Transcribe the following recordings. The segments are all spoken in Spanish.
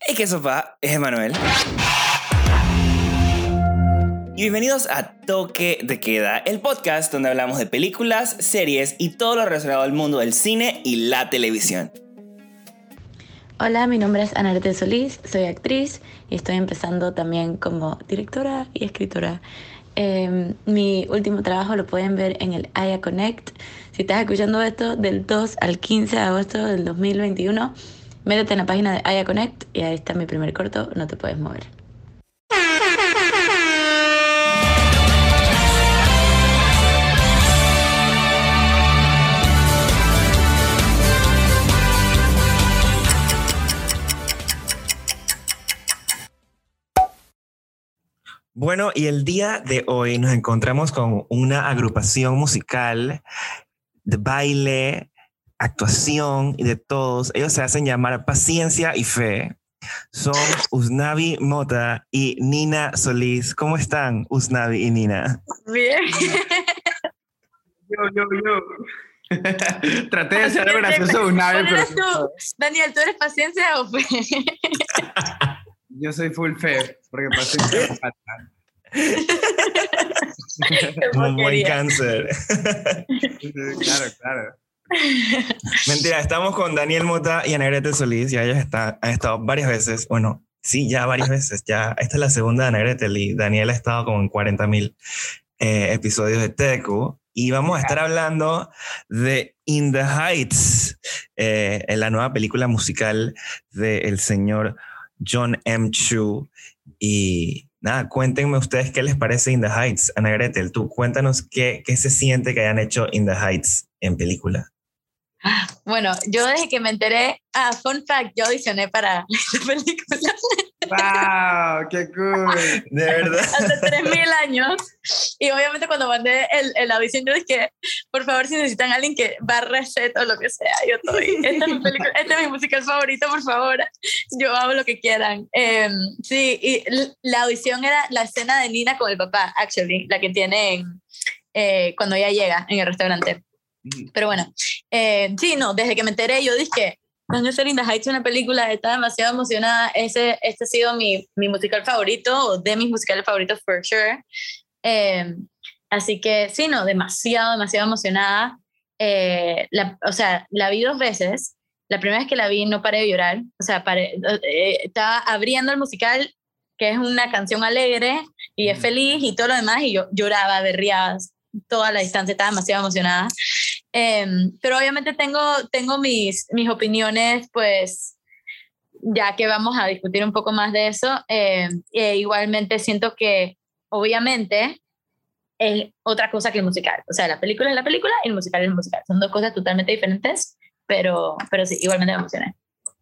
Hey, ¿qué sopa? Es Emanuel. Y bienvenidos a Toque de Queda, el podcast donde hablamos de películas, series y todo lo relacionado al mundo del cine y la televisión. Hola, mi nombre es Anarete Solís, soy actriz y estoy empezando también como directora y escritora. Mi último trabajo lo pueden ver en el Aya Connect. Si estás escuchando esto del 2 al 15 de agosto del 2021, métete en la página de Aya Connect y ahí está mi primer corto, No te puedes mover. Bueno, y el día de hoy nos encontramos con una agrupación musical de baile, actuación y de todos. Ellos se hacen llamar Paciencia y Fe. Son Usnavi Mota y Nina Solís. ¿Cómo están, Usnavi y Nina? Bien. Yo. Traté de ser gracioso una vez, pero... Tú, Daniel, ¿tú eres Paciencia o Fe? Yo soy full fe, porque paciencia me falta. Un buen cáncer. Claro. Mentira, estamos con Daniel Mota y Anagrete Solís. Ya ellos han estado varias veces. Bueno, sí, ya varias veces. Ya, esta es la segunda de Anagrete y Daniel ha estado como en 40,000 episodios de TQ. Y vamos a estar hablando de In the Heights, en la nueva película musical del señor John M. Chu. Y nada, cuéntenme ustedes qué les parece In the Heights. Ana Gretel, tú cuéntanos qué se siente que hayan hecho In the Heights en película. Bueno, yo desde que me enteré, fun fact, yo audicioné para esta película. ¡Wow! ¡Qué cool! De verdad. Hace 3,000 años. Y obviamente cuando mandé el audición, yo dije, por favor, si necesitan a alguien que barre set o lo que sea, yo estoy. Esta es mi película, este es mi musical favorito, por favor. Yo hago lo que quieran. Sí, y la audición era la escena de Nina con el papá, actually, la que tienen cuando ella llega en el restaurante. Pero bueno, sí, no, desde que me enteré yo dije, van a hacer In the Heights una película, estaba demasiado emocionada. Este ha sido mi musical favorito, o de mis musicales favoritos, for sure. Así que sí, no, demasiado emocionada. O sea, la vi 2 veces. La primera vez que la vi no paré de llorar. O sea, estaba abriendo el musical, que es una canción alegre y es feliz y todo lo demás, y yo lloraba, berreaba toda la distancia, estaba demasiado emocionada. Pero obviamente tengo mis opiniones, pues ya que vamos a discutir un poco más de eso. Igualmente siento que obviamente es otra cosa que el musical. O sea, la película es la película y el musical es el musical. Son 2 cosas totalmente diferentes, pero sí, igualmente me emocioné.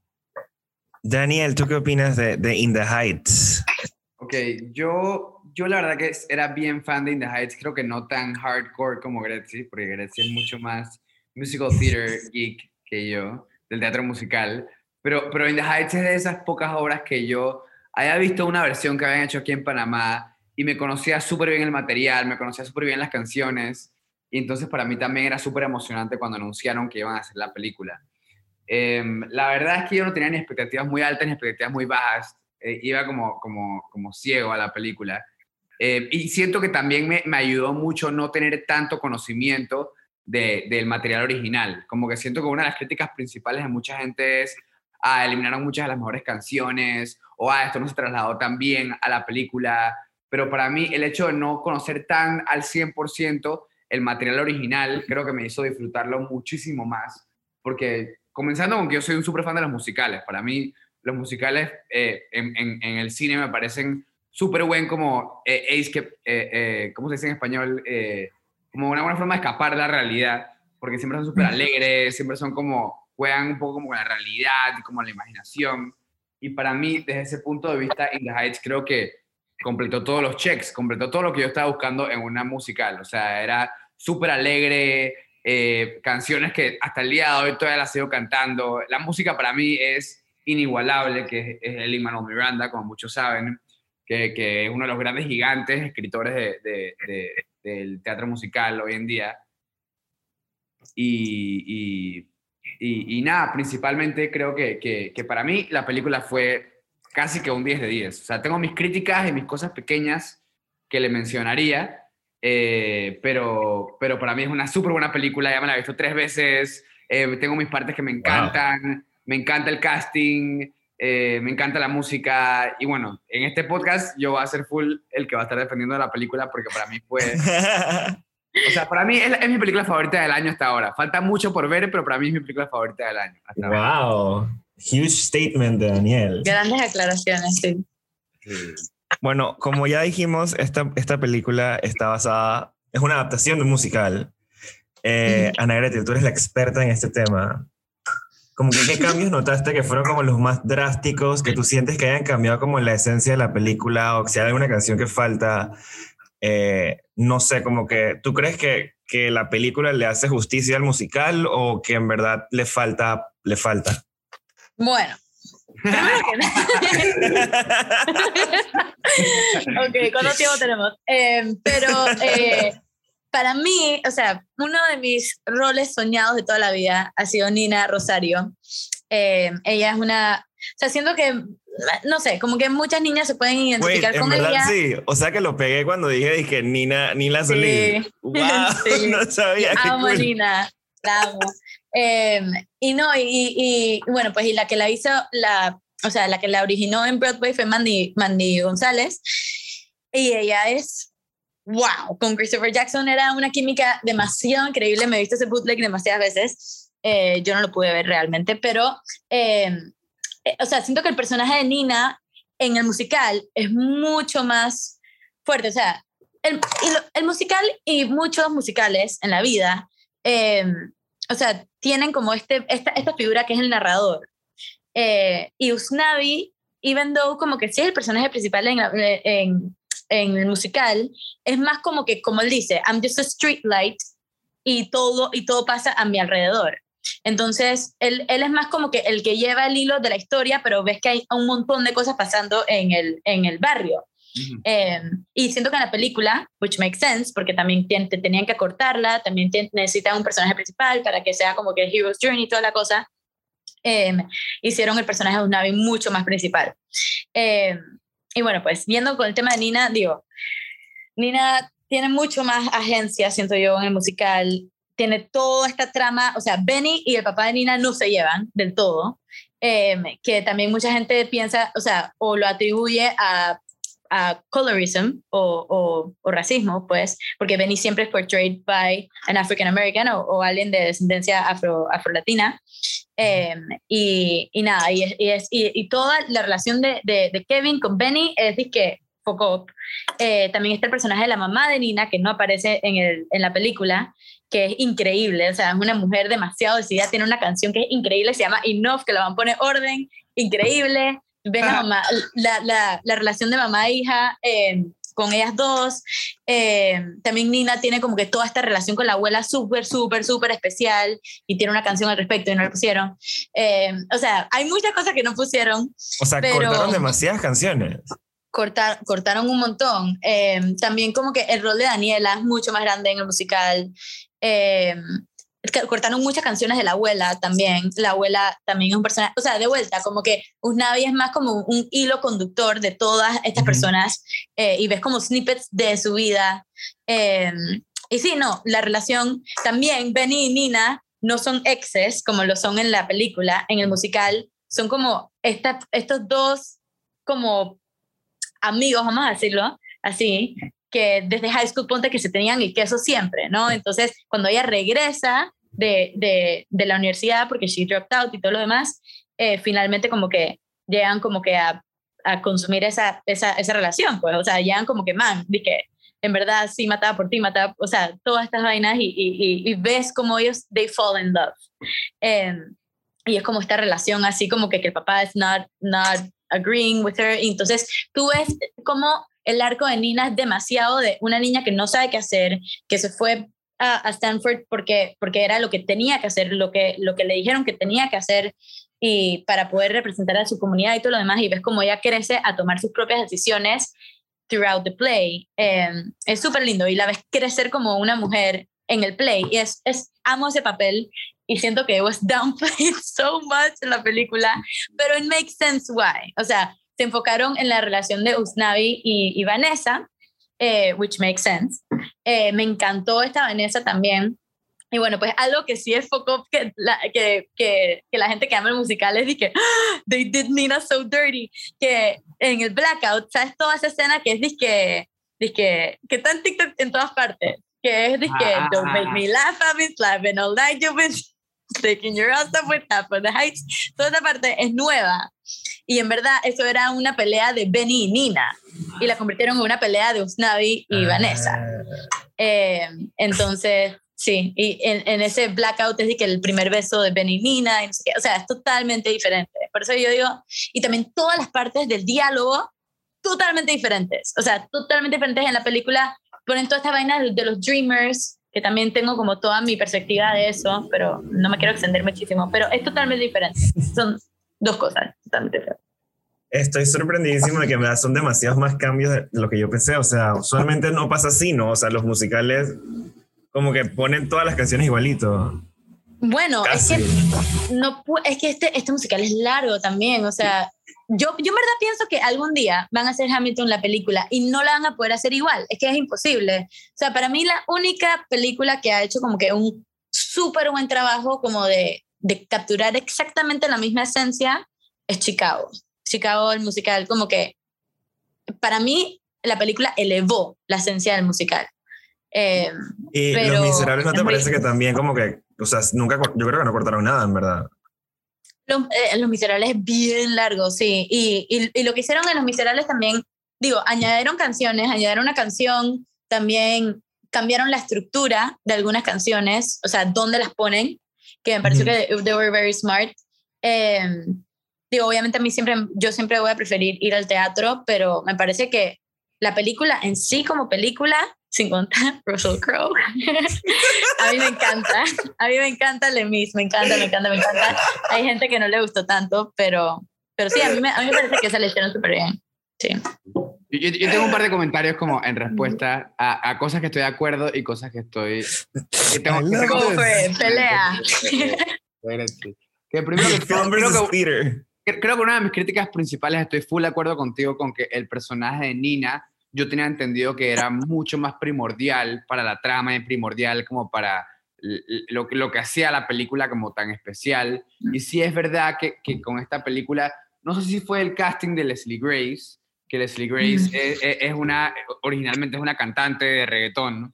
Daniel, ¿tú qué opinas de In the Heights? Ok, yo la verdad que era bien fan de In the Heights, creo que no tan hardcore como Gretzky, porque Gretzky es mucho más musical theater geek que yo, del teatro musical, pero In the Heights es de esas pocas obras que yo había visto una versión que habían hecho aquí en Panamá y me conocía súper bien el material, me conocía súper bien las canciones, y entonces para mí también era súper emocionante cuando anunciaron que iban a hacer la película. La verdad es que yo no tenía ni expectativas muy altas ni expectativas muy bajas, iba como ciego a la película. Y siento que también me ayudó mucho no tener tanto conocimiento del material original. Como que siento que una de las críticas principales de mucha gente es, eliminaron muchas de las mejores canciones, o esto no se trasladó tan bien a la película. Pero para mí el hecho de no conocer tan al 100% el material original, creo que me hizo disfrutarlo muchísimo más. Porque comenzando con que yo soy un súper fan de los musicales. Para mí los musicales en el cine me parecen súper buen como ¿cómo se dice en español? Como una buena forma de escapar de la realidad, porque siempre son súper alegres, siempre son como, juegan un poco como con la realidad, como la imaginación, y para mí, desde ese punto de vista, In the Heights creo que completó todos los checks, completó todo lo que yo estaba buscando en una musical, o sea, era súper alegre, canciones que hasta el día de hoy todavía las sigo cantando, la música para mí es inigualable, que es el Lin-Manuel Miranda, como muchos saben, que es uno de los grandes gigantes escritores del teatro musical hoy en día. Y nada, principalmente creo que para mí la película fue casi que un 10 de 10. O sea, tengo mis críticas y mis cosas pequeñas que le mencionaría, pero para mí es una súper buena película, ya me la he visto 3 veces, tengo mis partes que me encantan, me encanta el casting, me encanta la música, y bueno, en este podcast yo voy a ser full el que va a estar defendiendo la película, porque para mí fue... O sea, para mí es mi película favorita del año hasta ahora. Falta mucho por ver, pero para mí es mi película favorita del año. Hasta ahora. Huge statement de Daniel. Grandes aclaraciones, sí. Bueno, como ya dijimos, esta película está basada, es una adaptación de un musical. Ana Gretel, tú eres la experta en este tema. Como que, ¿qué cambios notaste que fueron como los más drásticos, que tú sientes que hayan cambiado como la esencia de la película, o si hay alguna canción que falta? No sé, como que ¿tú crees que la película le hace justicia al musical o que en verdad le falta? Bueno, primero que ok, ¿cuánto tiempo tenemos? Para mí, o sea, uno de mis roles soñados de toda la vida ha sido Nina Rosario. Ella es una... O sea, siento que, no sé, como que muchas niñas se pueden identificar con ella. En verdad sí, o sea que lo pegué cuando dije Nina Solís. Sí. ¡Wow! Sí. No sabía. Amo cool. a Nina, la amo. Y bueno, pues y la que la hizo, o sea, la que la originó en Broadway fue Mandy González, y ella es, wow, con Christopher Jackson era una química demasiado increíble. Me he visto ese bootleg demasiadas veces, yo no lo pude ver realmente, pero, o sea, siento que el personaje de Nina en el musical es mucho más fuerte, o sea, el musical y muchos musicales en la vida, o sea, tienen como esta figura que es el narrador. Y Usnavi, even though como que sí es el personaje principal en el musical, es más como que, como él dice, I'm just a street light, y todo pasa a mi alrededor. Entonces, él es más como que el que lleva el hilo de la historia, pero ves que hay un montón de cosas pasando en el barrio. Y siento que en la película, which makes sense, porque también tenían que acortarla, también necesitan un personaje principal para que sea como que el hero's journey y toda la cosa, hicieron el personaje de Usnavi mucho más principal. Y bueno, pues viendo con el tema de Nina, digo, Nina tiene mucho más agencia, siento yo, en el musical. Tiene toda esta trama, o sea, Benny y el papá de Nina no se llevan del todo, que también mucha gente piensa, o sea, o lo atribuye a colorism o racismo, pues, porque Benny siempre es portrayed by an African American o alguien de descendencia afro-latina. Y nada, y toda la relación de Kevin con Benny es de que foco. También está el personaje de la mamá de Nina, que no aparece en la película, que es increíble, o sea, es una mujer demasiado decidida, tiene una canción que es increíble, se llama Enough, que la van a poner orden, increíble. Ves la mamá, la relación de mamá e hija con ellas dos. También Nina tiene como que toda esta relación con la abuela súper especial, y tiene una canción al respecto y no la pusieron. O sea, hay muchas cosas que no pusieron. O sea, cortaron demasiadas canciones. Cortaron un montón. También como que el rol de Daniela es mucho más grande en el musical. Cortaron muchas canciones de la abuela también. La abuela también es un personaje, o sea, de vuelta, como que Usnavi es más como un hilo conductor de todas estas personas, y ves como snippets de su vida. Y sí, no, la relación también, Benny y Nina no son exes como lo son en la película. En el musical son como estos dos como amigos, vamos a decirlo así, que desde high school ponte que se tenían el queso siempre, ¿no? Entonces, cuando ella regresa de la universidad, porque she dropped out y todo lo demás, finalmente como que llegan como que a consumir esa relación, pues, o sea, llegan como que, man, de que en verdad sí mataba por ti, mataba, o sea, todas estas vainas, y ves como ellos, they fall in love. Y es como esta relación así como que el papá es not agreeing with her, y entonces tú ves como el arco de Nina es demasiado de una niña que no sabe qué hacer, que se fue a Stanford porque era lo que tenía que hacer, lo que le dijeron que tenía que hacer, y para poder representar a su comunidad y todo lo demás, y ves como ella crece a tomar sus propias decisiones throughout the play. Es súper lindo, y la ves crecer como una mujer en el play, y amo ese papel, y siento que it was downplayed so much en la película, pero it makes sense why. O sea, se enfocaron en la relación de Usnavi y Vanessa, which makes sense. Me encantó esta Vanessa también. Y bueno, pues algo que sí es foco que la gente que ama el musical es de que they did Nina so dirty, que en el Blackout, ¿sabes? Toda esa escena que es que está en TikTok en todas partes, que es don't make me laugh, I've been laughing all night, you've been taking your ass up with half of the heights. Toda esa parte es nueva. Y en verdad eso era una pelea de Benny y Nina, y la convirtieron en una pelea de Usnavi y Vanessa. Entonces... Sí, y en ese Blackout es de que el primer beso de Benny y Nina, y no sé qué, o sea, es totalmente diferente. Por eso yo digo, y también todas las partes del diálogo, totalmente diferentes. O sea, totalmente diferentes en la película. Ponen toda esta vaina de los Dreamers, que también tengo como toda mi perspectiva de eso, pero no me quiero extender muchísimo. Pero es totalmente diferente. Son dos cosas totalmente diferentes. Estoy sorprendidísimo de que me son demasiados más cambios de lo que yo pensé. O sea, usualmente no pasa así, ¿no? O sea, los musicales... como que ponen todas las canciones igualito. Bueno, Casi. es que este musical es largo también, o sea, yo en verdad pienso que algún día van a hacer Hamilton la película y no la van a poder hacer igual, es que es imposible. O sea, para mí la única película que ha hecho como que un súper buen trabajo como de capturar exactamente la misma esencia es Chicago. Chicago, el musical, como que para mí la película elevó la esencia del musical. Y pero Los Miserables, ¿no te parece que también como que, o sea, nunca, yo creo que no cortaron nada, en verdad? Los Miserables es bien largo, sí. Y lo que hicieron en Los Miserables también, digo, añadieron canciones, añadieron una canción, también cambiaron la estructura de algunas canciones, o sea, dónde las ponen, que me pareció que they were very smart. Digo, obviamente yo siempre voy a preferir ir al teatro, pero me parece que la película en sí como película, sin contar Russell Crowe, a mí me encanta Les Mis, me encanta. Hay gente que no le gustó tanto, pero sí, a mí me parece que se le hicieron súper bien. Sí. Yo tengo un par de comentarios como en respuesta a cosas que estoy de acuerdo y cosas que estoy... Pelea. Que primero creo que una de mis críticas principales, estoy full de acuerdo contigo con que el personaje de Nina, yo tenía entendido que era mucho más primordial para la trama y primordial como para lo que hacía la película como tan especial. Y sí es verdad que con esta película, no sé si fue el casting de Leslie Grace, que Leslie Grace originalmente es una cantante de reggaetón.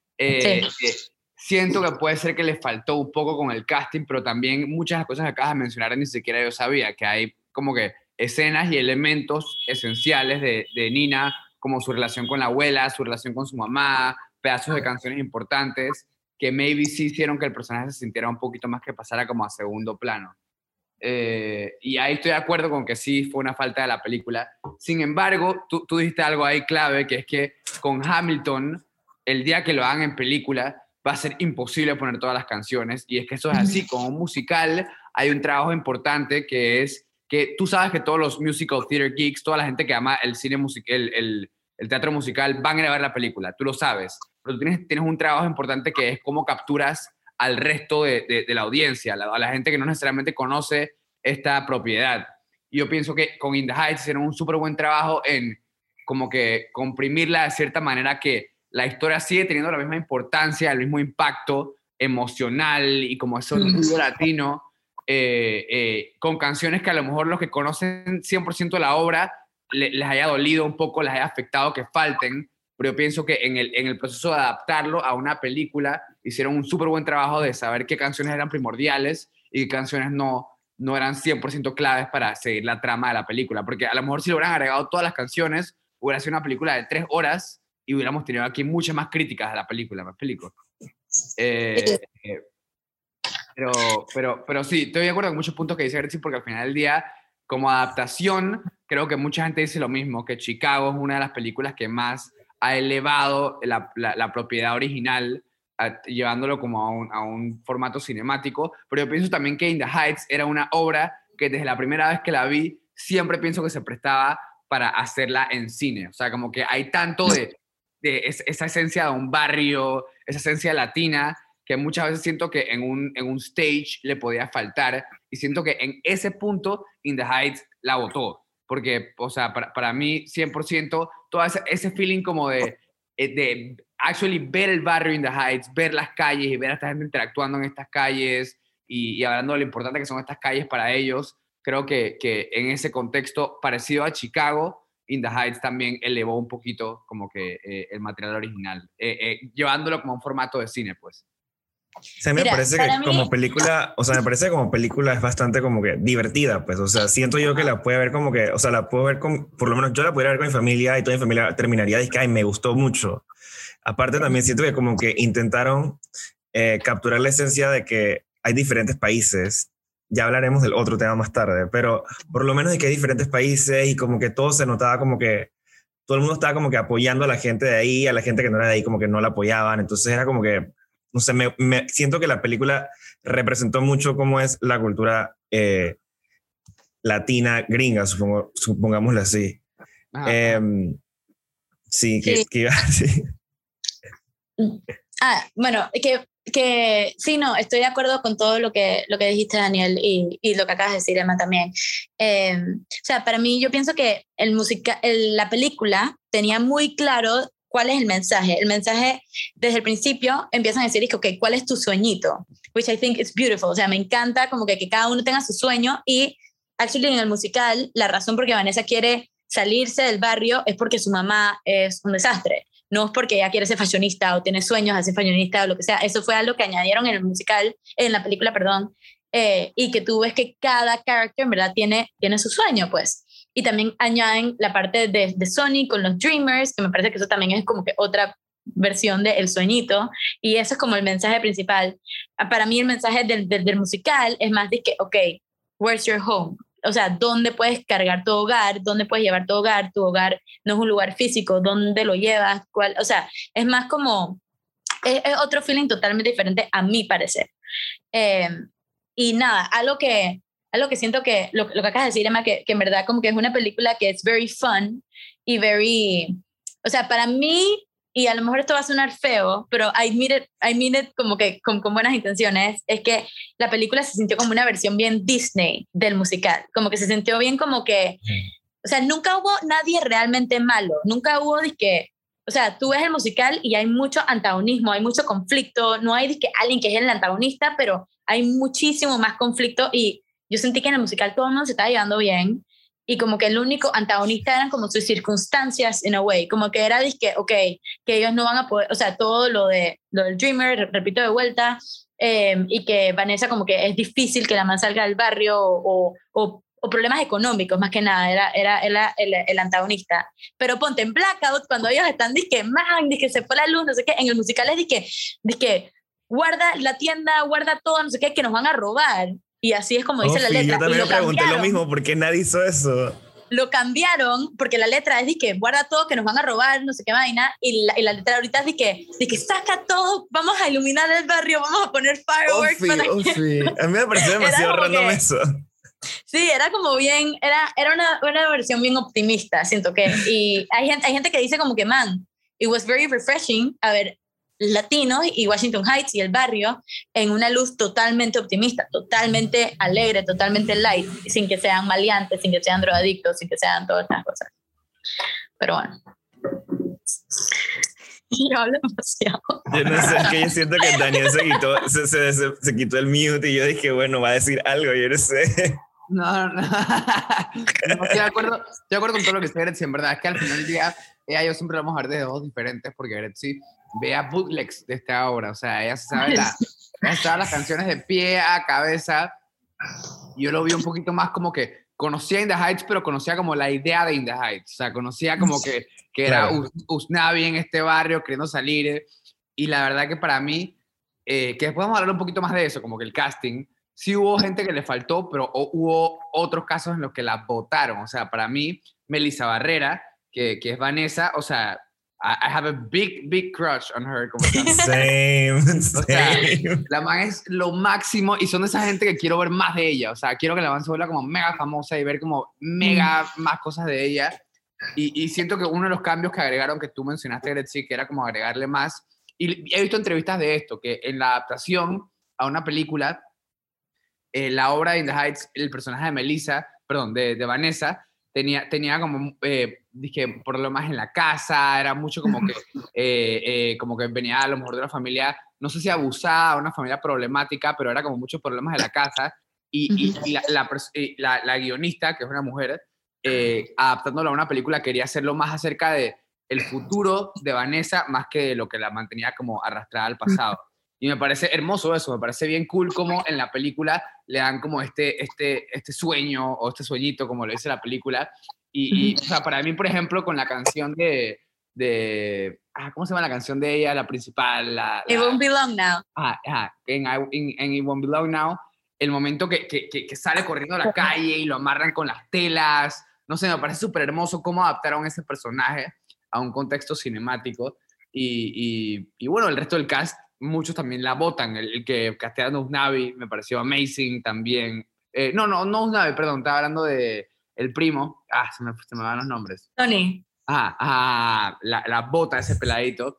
Siento que puede ser que le faltó un poco con el casting, pero también muchas de las cosas que acabas de mencionar ni siquiera yo sabía, que hay como que escenas y elementos esenciales de Nina, como su relación con la abuela, su relación con su mamá, pedazos de canciones importantes, que maybe sí hicieron que el personaje se sintiera un poquito más que pasara como a segundo plano. Y ahí estoy de acuerdo con que sí fue una falta de la película. Sin embargo, tú dijiste algo ahí clave, que es que con Hamilton, el día que lo hagan en película, va a ser imposible poner todas las canciones, y es que eso es así. Con un musical hay un trabajo importante que es que tú sabes que todos los musical theater geeks, toda la gente que ama el cine musical, el teatro musical, van a ir a ver la película, tú lo sabes, pero tú tienes un trabajo importante que es cómo capturas al resto de la audiencia, a la gente que no necesariamente conoce esta propiedad. Y yo pienso que con In the Heights hicieron un súper buen trabajo en como que comprimirla de cierta manera que la historia sigue teniendo la misma importancia, el mismo impacto emocional y como ese orgullo latino, con canciones que a lo mejor los que conocen 100% la obra les haya dolido un poco, les haya afectado que falten, pero yo pienso que en el proceso de adaptarlo a una película hicieron un súper buen trabajo de saber qué canciones eran primordiales y qué canciones no eran 100% claves para seguir la trama de la película, porque a lo mejor si le hubieran agregado todas las canciones, hubiera sido una película de 3 horas y hubiéramos tenido aquí muchas más críticas de la película, ¿me explico? Pero sí, estoy de acuerdo con muchos puntos que dice Gretzky, porque al final del día, como adaptación, creo que mucha gente dice lo mismo, que Chicago es una de las películas que más ha elevado la propiedad original, llevándolo como a un formato cinemático, pero yo pienso también que In the Heights era una obra que desde la primera vez que la vi, siempre pienso que se prestaba para hacerla en cine. O sea, como que hay tanto de esa esencia de un barrio, esa esencia latina, que muchas veces siento que en un stage le podía faltar, y siento que en ese punto In the Heights la botó, porque, o sea, para mí 100%, todo ese feeling como de actually ver el barrio in the Heights, ver las calles y ver a esta gente interactuando en estas calles y hablando de lo importante que son estas calles para ellos, creo que en ese contexto parecido a Chicago, In the Heights también elevó un poquito como que el material original, llevándolo como un formato de cine, pues. O sea, me Mira, parece que para mí, como película, o sea, me parece que como película es bastante como que divertida, pues, o sea, siento yo que la puede ver como que, o sea, la puedo ver con, por lo menos yo la pudiera ver con mi familia y toda mi familia terminaría de que, ay, me gustó mucho. Aparte también siento que como que intentaron capturar la esencia de que hay diferentes países. Ya hablaremos del otro tema más tarde, pero por lo menos de que hay diferentes países y como que todo se notaba como que todo el mundo estaba como que apoyando a la gente de ahí, a la gente que no era de ahí como que no la apoyaban. Entonces era como que, no sé, me siento que la película representó mucho cómo es la cultura latina gringa, supongámoslo así. Sí, sí. que iba así. Bueno, que sí, no, estoy de acuerdo con todo lo que dijiste, Daniel, y lo que acabas de decir, Emma, también. O sea, para mí yo pienso que la película tenía muy claro cuál es el mensaje. El mensaje, desde el principio, empiezan a decir, ok, ¿cuál es tu sueñito? Which I think is beautiful. O sea, me encanta como que cada uno tenga su sueño y, actually, en el musical, la razón por que Vanessa quiere salirse del barrio es porque su mamá es un desastre. No es porque ella quiere ser fashionista o tiene sueños de ser fashionista o lo que sea. Eso fue algo que añadieron en el musical, en la película, perdón, y que tú ves que cada character en verdad tiene su sueño, pues. Y también añaden la parte de Sony con los Dreamers, que me parece que eso también es como que otra versión de El Sueñito, y eso es como el mensaje principal. Para mí el mensaje del musical es más de que, ok, where's your home? O sea, ¿dónde puedes cargar tu hogar? ¿Dónde puedes llevar tu hogar? Tu hogar no es un lugar físico, ¿dónde lo llevas? ¿Cuál? O sea, es más como, es otro feeling totalmente diferente a mi parecer. Y nada, algo que siento que, lo que acabas de decir, Emma, que en verdad como que es una película que es very fun y very, o sea, para mí, y a lo mejor esto va a sonar feo, pero I mean it como que con buenas intenciones, es que la película se sintió como una versión bien Disney del musical, como que se sintió bien como que, o sea, nunca hubo nadie realmente malo, nunca hubo que, o sea, tú ves el musical y hay mucho antagonismo, hay mucho conflicto, no hay alguien que es el antagonista, pero hay muchísimo más conflicto y yo sentí que en el musical todo el mundo se estaba llevando bien y como que el único antagonista eran como sus circunstancias in a way, como que era ok, que ellos no van a poder, o sea, todo lo del Dreamer, repito de vuelta, y que Vanessa como que es difícil que la man salga del barrio o problemas económicos más que nada, era el antagonista. Pero ponte en Blackout, cuando ellos están, que se fue la luz, no sé qué, en el musical es que guarda la tienda, guarda todo, no sé qué, que nos van a robar. Y así es como dice la letra. Yo también me pregunté lo mismo, ¿por qué nadie hizo eso? Lo cambiaron porque la letra es de que guarda todo, que nos van a robar, no sé qué vaina, y la letra ahorita es de que saca todo, vamos a iluminar el barrio, vamos a poner fireworks. Sí. A mí me pareció demasiado random eso. Sí, era como bien, era una versión bien optimista, siento que, y hay gente que dice como que, man, it was very refreshing a ver latinos y Washington Heights y el barrio en una luz totalmente optimista, totalmente alegre, totalmente light, sin que sean maleantes, sin que sean drogadictos, sin que sean todas estas cosas. Pero bueno. Yo hablo demasiado. Yo no sé, es que yo siento que Daniel se quitó el mute y yo dije, bueno, va a decir algo, yo no sé. No, estoy de acuerdo con todo lo que dice Gretzi, en verdad, es que al final del día, ella y yo siempre vamos a ver de dos diferentes, porque Gretzi vea bootlegs de esta obra, o sea, ella sabe las canciones de pie a cabeza, y yo lo vi un poquito más como que conocía In the Heights, pero conocía como la idea de In the Heights, o sea, conocía como que era Usnavi en este barrio, queriendo salir, y la verdad que para mí, que después vamos a hablar un poquito más de eso, como que el casting, sí hubo gente que le faltó, pero hubo otros casos en los que la votaron. O sea, para mí, Melissa Barrera, que es Vanessa, o sea, I have a big crush on her. Como same. O sea, la man es lo máximo y son de esa gente que quiero ver más de ella. O sea, quiero que la man se vuelva como mega famosa y ver como mega más cosas de ella. Y siento que uno de los cambios que agregaron, que tú mencionaste, Gretzi, que era como agregarle más. Y he visto entrevistas de esto, que en la adaptación a una película, la obra de In the Heights, el personaje de Melissa, perdón, de Vanessa, tenía como, dije, problemas en la casa, era mucho como que venía a lo mejor de una familia, no sé si abusada, una familia problemática, pero era como muchos problemas en la casa, y la guionista, que es una mujer, adaptándolo a una película, quería hacerlo más acerca de el futuro de Vanessa, más que de lo que la mantenía como arrastrada al pasado. Y me parece hermoso eso, me parece bien cool como en la película le dan como este sueño, o este sueñito, como lo dice la película. O sea, para mí, por ejemplo, con la canción ¿cómo se llama la canción de ella, la principal? It Won't Be Long Now. En It Won't Be Long Now, el momento que sale corriendo a la calle y lo amarran con las telas, no sé, me parece súper hermoso cómo adaptaron ese personaje a un contexto cinemático. Y bueno, el resto del cast, muchos también la votan. El que castearon a Usnavi me pareció amazing también. No Usnavi, perdón, estaba hablando de el primo. Se me van los nombres. Tony. La bota, ese peladito.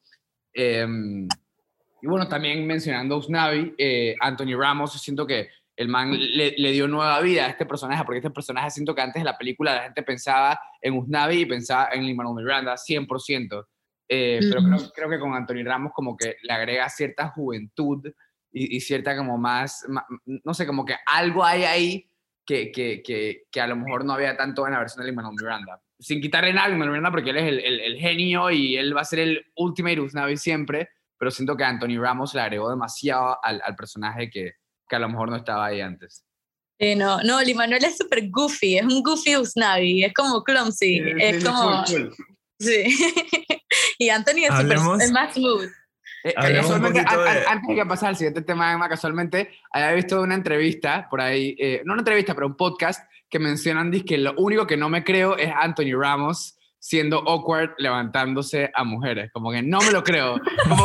Y bueno, también mencionando a Usnavi, Anthony Ramos, siento que el man le dio nueva vida a este personaje, porque este personaje siento que antes de la película la gente pensaba en Usnavi y pensaba en Lin-Manuel Miranda, 100%. Pero creo que con Anthony Ramos como que le agrega cierta juventud y cierta como más, no sé, como que algo hay ahí que a lo mejor no había tanto en la versión de Lin-Manuel Miranda. Sin quitarle nada a Lin-Manuel Miranda, porque él es el genio y él va a ser el ultimate Usnavi siempre, pero siento que Anthony Ramos le agregó demasiado al personaje que a lo mejor no estaba ahí antes. No, Lin-Manuel es súper goofy, es un goofy Usnavi, es como clumsy, es como... Cool. Sí. Y Anthony es más smooth. Casualmente, antes de que pasara al siguiente tema, Emma, casualmente había visto una entrevista por ahí, no una entrevista, pero un podcast que mencionan que lo único que no me creo es Anthony Ramos siendo awkward levantándose a mujeres. Como que no me lo creo. Como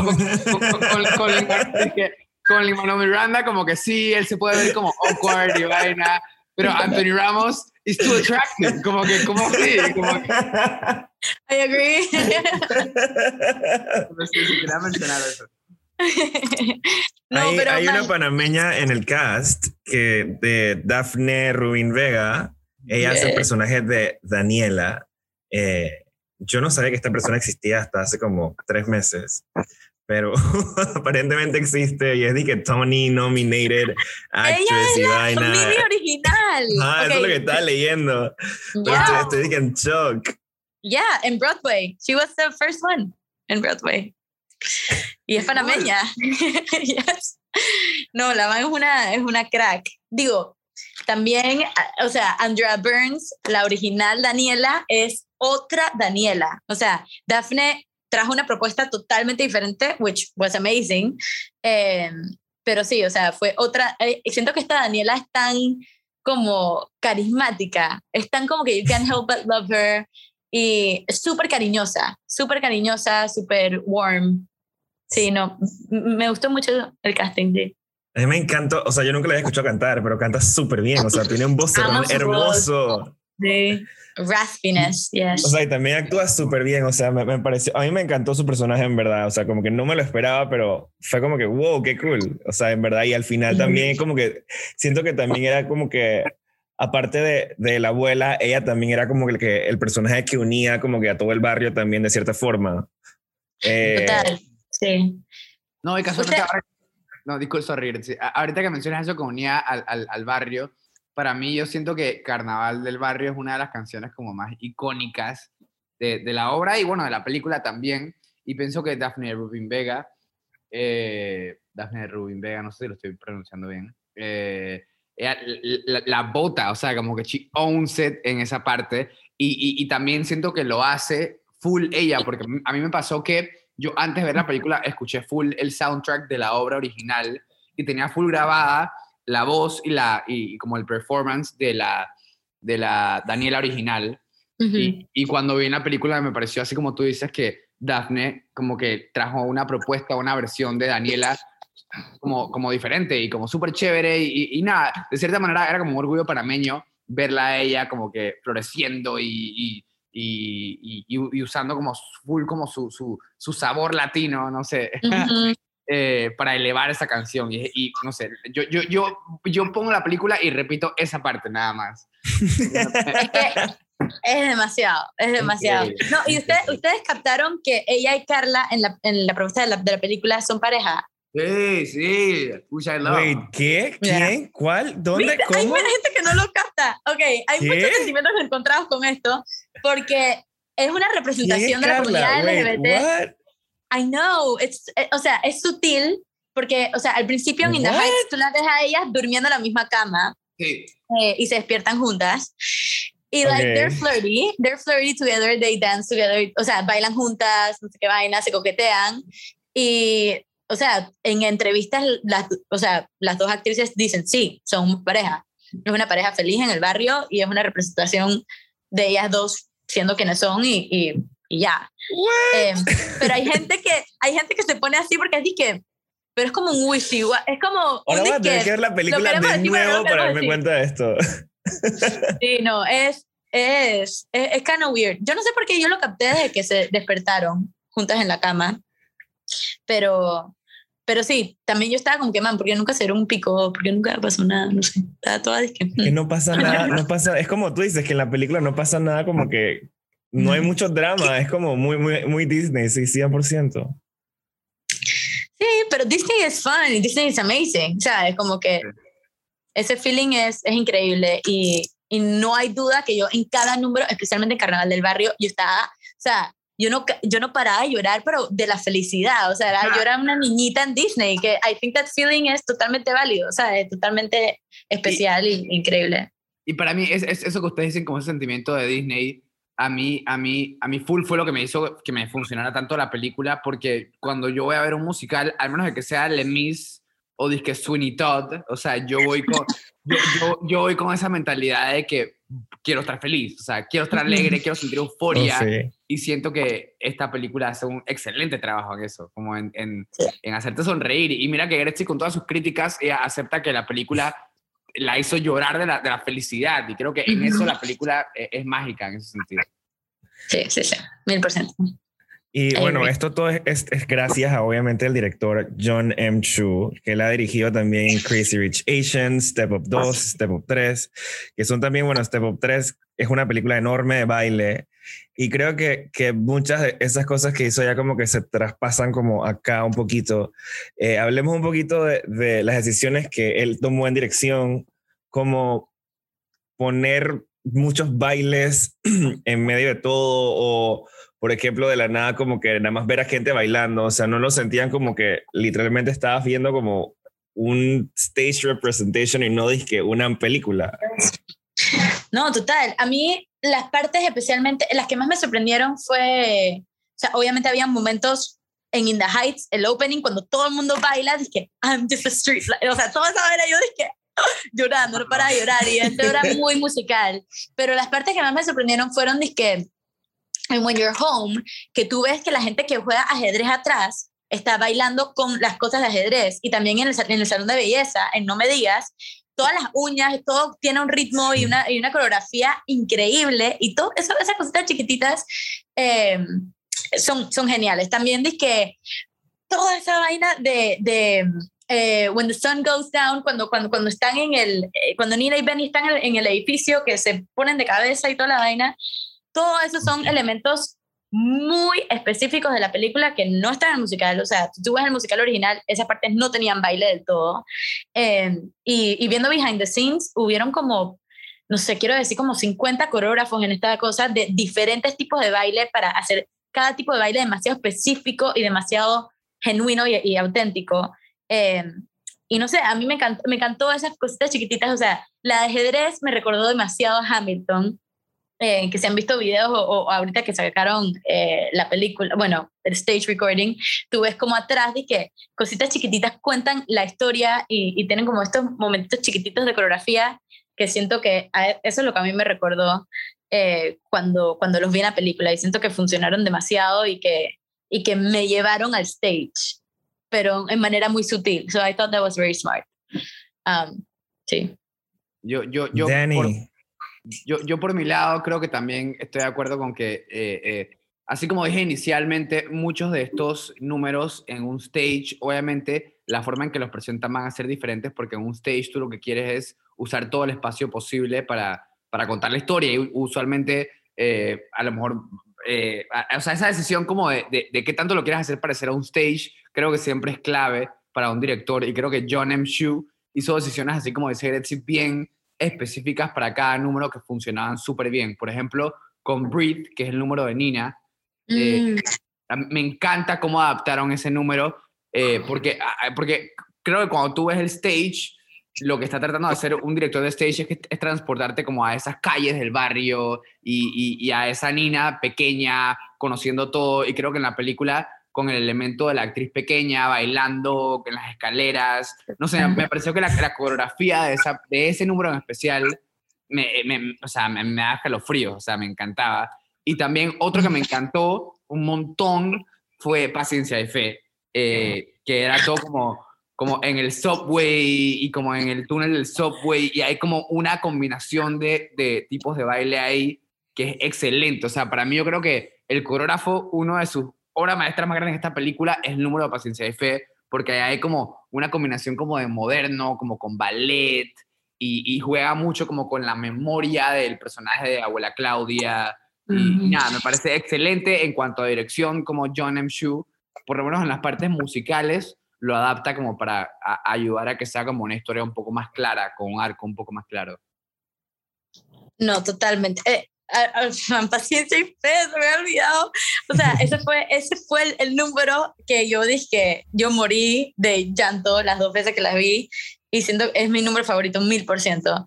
con Lin-Manuel Miranda, como que sí, él se puede ver como awkward y vaina, pero Anthony Ramos is too attractive. Como sí, como que... I agree. Sí, quería mencionar eso. Hay una panameña en el cast de Daphne Rubin Vega. Ella hace el personaje de Daniela. Yo no sabía que esta persona existía hasta hace como 3 meses, pero aparentemente existe y es de que Tony nominated actress y vaina. Ella es la original. Eso es lo que estaba leyendo. Yeah. Estoy en shock. Yeah, en Broadway. She was the first one en Broadway. Y es panameña. Yes. No, la man es una crack. Digo, también, o sea, Andrea Burns, la original Daniela, es otra Daniela. O sea, Daphne trajo una propuesta totalmente diferente, which was amazing. Pero sí, o sea, fue otra. Siento que esta Daniela es tan como carismática, es tan como que you can't help but love her. Y súper cariñosa, súper warm. Sí, no, me gustó mucho el casting de... A mí me encantó, o sea, yo nunca la había escuchado cantar, pero canta súper bien, o sea, tiene un vocerrón hermoso. Sí, raspiness, yes. O sea, y también actúa súper bien, o sea, me pareció, a mí me encantó su personaje en verdad, o sea, como que no me lo esperaba, pero fue como que, wow, qué cool, o sea, en verdad, y al final también como que, siento que también era como que, aparte de la abuela, ella también era como que el personaje que unía como que a todo el barrio también de cierta forma. Total, sí. No, y casualmente no, disculpe, sorry. Ahorita que mencionas eso que unía al barrio, para mí yo siento que Carnaval del Barrio es una de las canciones como más icónicas de la obra y bueno, de la película también. Y pienso que Daphne Rubin Vega, no sé si lo estoy pronunciando bien, la bota, o sea, como que she owns it en esa parte y también siento que lo hace full ella, porque a mí me pasó que yo antes de ver la película escuché full el soundtrack de la obra original y tenía full grabada la voz y como el performance de la Daniela original. Y cuando vi en la película me pareció así como tú dices que Daphne como que trajo una propuesta, una versión de Daniela como diferente y como súper chévere y nada, de cierta manera era como un orgullo panameño verla a ella como que floreciendo y usando como full como su sabor latino, no sé, para elevar esa canción y no sé, yo pongo la película y repito esa parte nada más. Es que Es demasiado, es demasiado. Increíble. No, y ustedes captaron que ella y Carla en la propuesta de la película son pareja. Sí, sí, Which I Love. Wait, ¿qué? Mira. ¿Quién? ¿Cuál? ¿Dónde? ¿Viste? Hay ¿Cómo? gente que no lo capta. Ok, hay ¿Qué? muchos sentimientos encontrados con esto, porque es una ¿Quién es representación de la comunidad Carla? Wait, LGBT. what? I know, o sea, es sutil, porque, o sea, al principio en In the What? Heights tú las ves a ellas durmiendo en la misma cama Sí. y se despiertan juntas. Y like Okay. they're flirty together, they dance together, o sea, bailan juntas, no sé qué vaina, se coquetean. Y, o sea, en entrevistas, o sea, las dos actrices dicen, sí, son pareja. Es una pareja feliz en el barrio y es una representación de ellas dos siendo quienes son y ya. Pero hay gente que se pone así porque es que, pero es como un wishy, es como Ahora un voy a tener disque, que ver la lo película queremos de decir, pero no nuevo lo para queremos darme decir. cuenta de esto. Sí, no, es kind of weird. Yo no sé por qué yo lo capté desde que se despertaron juntas en la cama, pero sí, también yo estaba como que, man, porque nunca se dio un pico, porque nunca pasó nada, no sé, estaba toda disque. Que no pasa nada, no pasa, es como tú dices, que en la película no pasa nada, como que no hay mucho drama, es como muy Disney, sí, 100%. Sí, pero Disney es fun y Disney es amazing, ¿sabes? Como que ese feeling es increíble y no hay duda que yo en cada número, especialmente en Carnaval del Barrio, yo estaba, o sea, yo no paraba de llorar, pero de la felicidad, o sea, yo era una niñita en Disney, que I think that feeling es totalmente válido, o sea, es totalmente especial y increíble. Y para mí, es eso que ustedes dicen como ese sentimiento de Disney, a mí full fue lo que me hizo que me funcionara tanto la película, porque cuando yo voy a ver un musical, al menos de que sea Les Mis o disque Sweeney Todd, o sea, yo voy con esa mentalidad de que quiero estar feliz, o sea, quiero estar alegre, quiero sentir euforia, sí. y siento que esta película hace un excelente trabajo en eso, como en hacerte sonreír. Y mira que Gretzi, con todas sus críticas, ella acepta que la película la hizo llorar de la felicidad, y creo que en eso la película es mágica en ese sentido. Sí, 1000%. Y bueno, esto todo es gracias a obviamente el director John M. Chu, que él ha dirigido también Crazy Rich Asians, Step Up 2, Step Up 3, que son también, bueno, Step Up 3 es una película enorme de baile y creo que muchas de esas cosas que hizo ya como que se traspasan como acá un poquito. Hablemos un poquito de las decisiones que él tomó en dirección, como poner muchos bailes en medio de todo o por ejemplo, de la nada como que nada más ver a gente bailando, o sea, no lo sentían como que literalmente estabas viendo como un stage representation y no dizque una película. No, total. A mí las partes especialmente, las que más me sorprendieron fue, o sea, obviamente había momentos en In the Heights, el opening, cuando todo el mundo baila, dije, I'm just a street, o sea, toda esa hora yo dije, llorando, no para de llorar, y esto era muy musical, pero las partes que más me sorprendieron fueron, dije, en When You're Home, que tú ves que la gente que juega ajedrez atrás está bailando con las cosas de ajedrez, y también en el salón de belleza, en No Me Digas, todas las uñas, todo tiene un ritmo y una coreografía increíble, y todo eso, esas cositas chiquititas son geniales. También dice que toda esa vaina de When the Sun Goes Down, cuando están cuando Nina y Benny están en el edificio, que se ponen de cabeza y toda la vaina, todo eso son elementos muy específicos de la película que no están en el musical. O sea, tú ves el musical original, esas partes no tenían baile del todo. Y viendo behind the scenes, hubieron como, no sé, quiero decir como 50 coreógrafos en esta cosa de diferentes tipos de baile para hacer cada tipo de baile demasiado específico y demasiado genuino y auténtico. Y no sé, a mí me encantó esas cositas chiquititas. O sea, la de ajedrez me recordó demasiado a Hamilton. Que se han visto videos o ahorita que sacaron la película, bueno, el stage recording, tú ves como atrás de que cositas chiquititas cuentan la historia y tienen como estos momentos chiquititos de coreografía que siento que eso es lo que a mí me recordó cuando los vi en la película, y siento que funcionaron demasiado y que me llevaron al stage, pero en manera muy sutil. So I thought that was very smart. Sí. Danny. Yo por mi lado creo que también estoy de acuerdo con que, así como dije inicialmente, muchos de estos números en un stage, obviamente la forma en que los presentan van a ser diferentes, porque en un stage tú lo que quieres es usar todo el espacio posible para para contar la historia y usualmente a lo mejor, o sea, esa decisión como de qué tanto lo quieras hacer parecer a un stage, creo que siempre es clave para un director y creo que Jon M. Chu hizo decisiones así como decía Gretzi bien específicas para cada número que funcionaban súper bien. Por ejemplo, con Breathe, que es el número de Nina, me encanta cómo adaptaron ese número porque creo que cuando tú ves el stage, lo que está tratando de hacer un director de stage es transportarte como a esas calles del barrio y a esa Nina pequeña conociendo todo, y creo que en la película con el elemento de la actriz pequeña bailando en las escaleras, no sé, me pareció que la coreografía de ese número en especial o sea, me da escalofríos, o sea, me encantaba. Y también otro que me encantó un montón fue Paciencia y Fe, que era todo como en el subway y como en el túnel del subway, y hay como una combinación de tipos de baile ahí que es excelente. O sea, para mí yo creo que el coreógrafo, uno de sus obras maestras más grandes en esta película es el número de Paciencia y Fe, porque ahí hay como una combinación como de moderno, como con ballet, y juega mucho como con la memoria del personaje de Abuela Claudia, y nada, me parece excelente en cuanto a dirección, como Jon M. Chu, por lo menos en las partes musicales, lo adapta como para ayudar a que sea como una historia un poco más clara, con un arco un poco más claro. No, totalmente. Paciencia y Fe, se me había olvidado. O sea, ese fue el número que yo dije, yo morí de llanto las 2 veces que las vi, y siento que es mi número favorito, 1000%.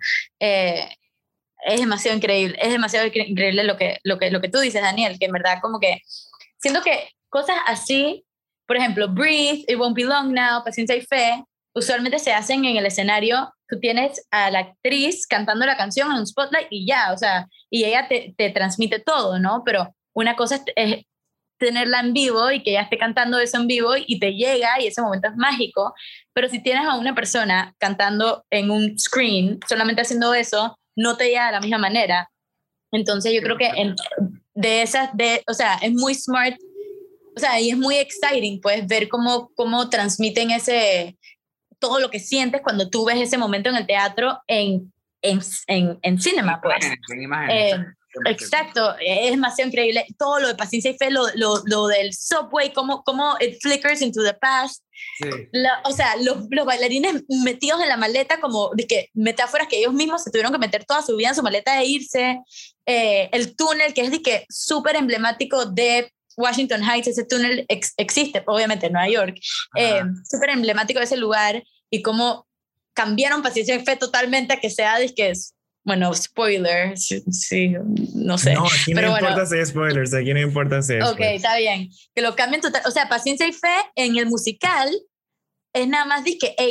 Es demasiado increíble lo que tú dices, Daniel, que en verdad como que siento que cosas así, por ejemplo, Breathe, It Won't Be Long Now, Paciencia y Fe, usualmente se hacen en el escenario. Tú tienes a la actriz cantando la canción en un spotlight y ya, o sea, y ella te transmite todo, ¿no? Pero una cosa es tenerla en vivo y que ella esté cantando eso en vivo y te llega y ese momento es mágico. Pero si tienes a una persona cantando en un screen, solamente haciendo eso, no te llega de la misma manera. Entonces yo creo que o sea, es muy smart, o sea, y es muy exciting, pues, ver cómo transmiten todo lo que sientes cuando tú ves ese momento en el teatro en cinema, pues. En imágenes. Exacto, es demasiado increíble. Todo lo de Paciencia y Fe, lo del subway, cómo it flickers into the past. Sí. O sea, los bailarines metidos en la maleta, como de que metáforas que ellos mismos se tuvieron que meter toda su vida en su maleta e irse. El túnel, que es de que súper emblemático de Washington Heights, ese túnel existe, obviamente en Nueva York, súper emblemático de ese lugar, y cómo cambiaron Paciencia y Fe totalmente a que sea, bueno, spoiler, sí, no sé. No, aquí no importa si hay spoilers, aquí no importa si hay spoilers. Ok, está bien, que lo cambien total, o sea, Paciencia y Fe en el musical es nada más de que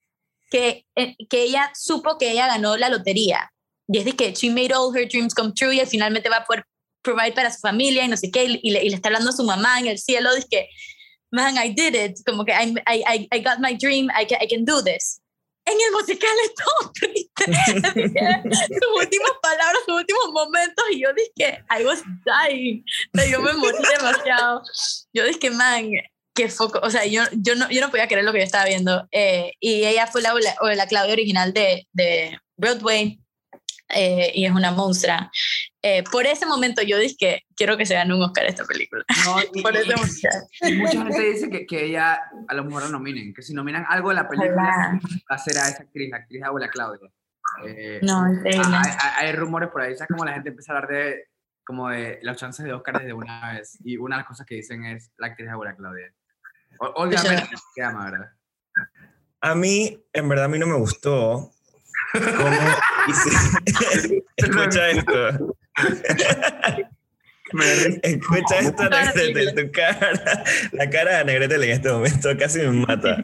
ella supo que ella ganó la lotería, y es de que she made all her dreams come true, y finalmente va a poder provide para su familia y no sé qué, y le está hablando a su mamá en el cielo, dice que, man, I did it, como que I got my dream, I can do this. En el musical es todo triste. Sus últimas palabras, sus últimos momentos, y yo dije, I was dying. O sea, yo me morí demasiado. Yo dije, man, qué foco. O sea, yo no podía creer lo que yo estaba viendo. Y ella fue la Claudia original de Broadway. Y es una monstrua. Por ese momento yo dije que quiero que se gane un Oscar esta película. No, por ese musical. Y mucha gente dice que ella a lo mejor la nominen, que si nominan algo de la película va a ser a esa actriz, la actriz Abuela Claudia. No, increíble. Hay rumores por ahí, ¿sabes? Como la gente empieza a hablar de las chances de Oscar desde una vez, y una de las cosas que dicen es la actriz Abuela Claudia. Olga Pérez se llama, ¿verdad? A mí, en verdad, a mí no me gustó cómo escucha esto. Escucha esto, Negrete, tu cara. La cara de Negrete en este momento casi me mata.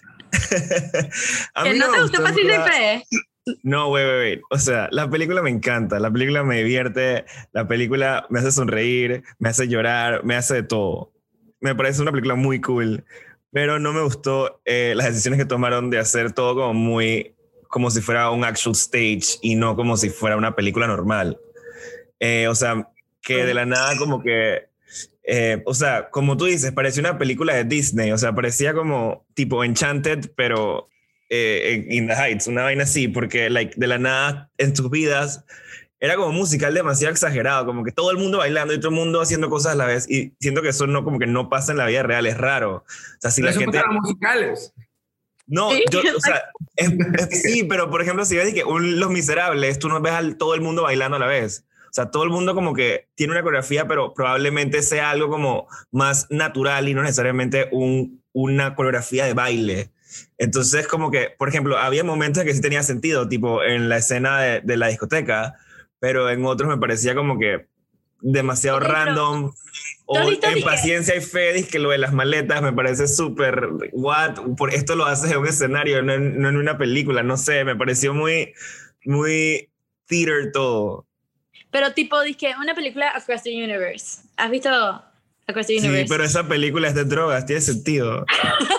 ¿Que no te gustó Paciencia y Fe? No, wait. O sea, la película me encanta, la película me divierte, la película me hace sonreír, me hace llorar, me hace de todo. Me parece una película muy cool, pero no me gustó las decisiones que tomaron de hacer todo como si fuera un actual stage y no como si fuera una película normal. O sea, que de la nada como que... o sea, como tú dices, parecía una película de Disney. O sea, parecía como tipo Enchanted, pero in the Heights, una vaina así. Porque de la nada en sus vidas era como un musical demasiado exagerado, como que todo el mundo bailando y todo el mundo haciendo cosas a la vez, y siento que eso no, como que no pasa en la vida real, es raro. O sea, si Pero la eso gente... los musicales. No, Sí, o sea, sí, pero por ejemplo, si ves que Los Miserables, tú no ves a todo el mundo bailando a la vez. O sea, todo el mundo como que tiene una coreografía, pero probablemente sea algo como más natural y no necesariamente una coreografía de baile. Entonces, como que, por ejemplo, había momentos que sí tenía sentido, tipo en la escena de la discoteca, pero en otros me parecía como que demasiado Ok, pero random. ¿tú has O visto en Paciencia y Fe, que lo de las maletas me parece súper, por esto lo haces en un escenario, no en una película, no sé, me pareció muy, muy theater todo. Pero tipo, dizque una película Across the Universe. ¿Has visto Across the Sí, Universe? pero esa película es de drogas, tiene sentido.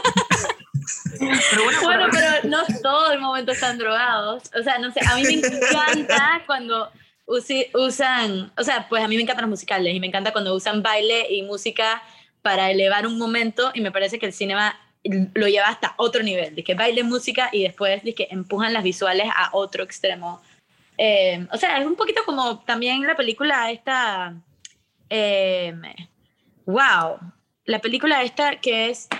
Pero Bueno, pero no todo el momento están drogados. O sea, no sé, a mí me encanta cuando usan, o sea, pues a mí me encantan los musicales y me encanta cuando usan baile y música para elevar un momento, y me parece que el cinema lo lleva hasta otro nivel, de que baile, música y después de que empujan las visuales a otro extremo. O sea, es un poquito como también la película esta, wow, la película esta que es,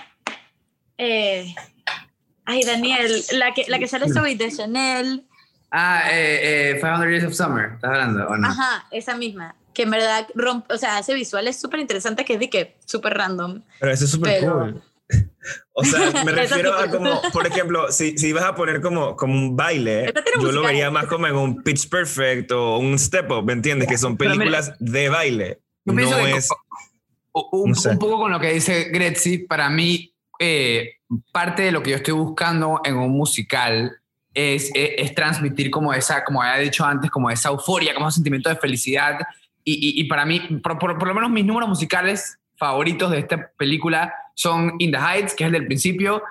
ay Daniel, la que sale Zoe de Chanel. 500 Years of Summer, ¿estás hablando o no? Ajá, esa misma, que en verdad rompe, o sea, hace visuales súper interesantes, que es de que súper random. Pero eso es súper Pero- cool. O sea, me Esa refiero a súper como, cool. por ejemplo, si vas a poner como un baile, Esta tiene yo lo musicales. vería más como en un Pitch Perfect o un Step Up, ¿me entiendes? Que son Pero mira, películas de baile. yo pienso No que es... un no sé. poco con lo que dice Grezzi, para mí parte de lo que yo estoy buscando en un musical es transmitir como esa, como había dicho antes, como esa euforia, como ese sentimiento de felicidad. Y para mí, por lo menos mis números musicales favoritos de esta película son In the Heights, que es el del principio,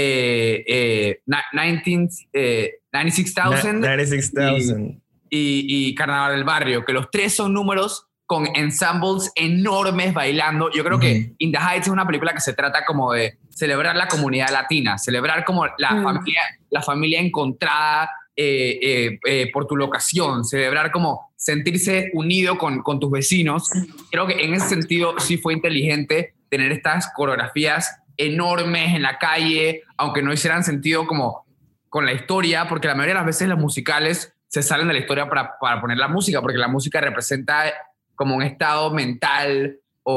96,000 96,000. y Carnaval del Barrio, que los tres son números con ensembles enormes bailando. Yo creo que In the Heights es una película que se trata como de celebrar la comunidad latina, celebrar como la familia encontrada por tu locación, celebrar como sentirse unido con tus vecinos. Creo que en ese sentido sí fue inteligente tener estas coreografías enormes en la calle, aunque no hicieran sentido como con la historia, porque la mayoría de las veces los musicales se salen de la historia para poner la música, porque la música representa como un estado mental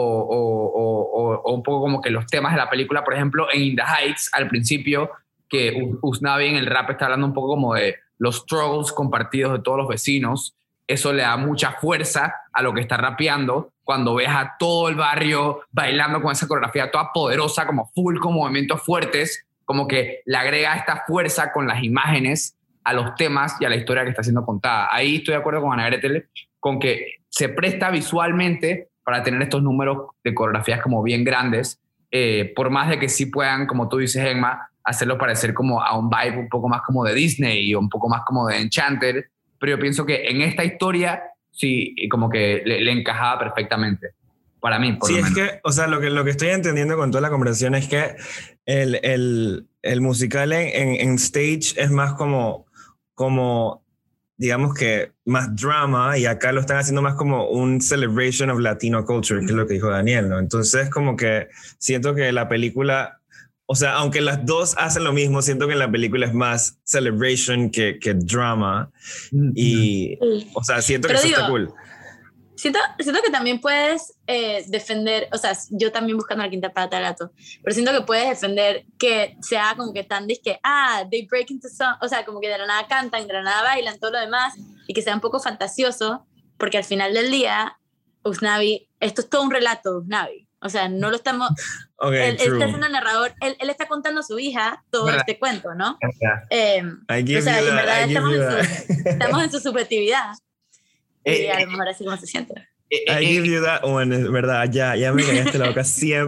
o un poco como que los temas de la película. Por ejemplo, en In the Heights, al principio, que Usnavi en el rap está hablando un poco como de los struggles compartidos de todos los vecinos. Eso le da mucha fuerza a lo que está rapeando cuando ves a todo el barrio bailando con esa coreografía toda poderosa, como full, con movimientos fuertes, como que le agrega esta fuerza con las imágenes a los temas y a la historia que está siendo contada. Ahí estoy de acuerdo con Ana Gretel, con que se presta visualmente para tener estos números de coreografías como bien grandes, por más de que sí puedan, como tú dices, Emma, hacerlo parecer como a un vibe un poco más como de Disney o un poco más como de Enchanted, pero yo pienso que en esta historia sí, como que le encajaba perfectamente, para mí, por lo menos. Sí, es que, o sea, lo que estoy entendiendo con toda la conversación es que el musical en stage es más como, digamos que más drama, y acá lo están haciendo más como un celebration of Latino culture, que es lo que dijo Daniel, ¿no? Entonces, como que siento que la película, o sea, aunque las dos hacen lo mismo, siento que en la película es más celebration que drama. Y, o sea, siento Pero que eso digo, está cool. Siento que también puedes defender, o sea, yo también buscando la quinta pata al gato, pero siento que puedes defender que sea como que tan disque, they break into song, o sea, como que de la nada cantan, de la nada bailan, todo lo demás, y que sea un poco fantasioso, porque al final del día, Usnavi, esto es todo un relato de Usnavi, o sea, no lo estamos, Okay, él está siendo el narrador, él está contando a su hija todo este cuento, ¿no? I give O sea, you en that, verdad I give you that. estamos en su subjetividad, y a lo mejor así como se siente. I give you that one, es verdad, ya me callaste la boca 100%,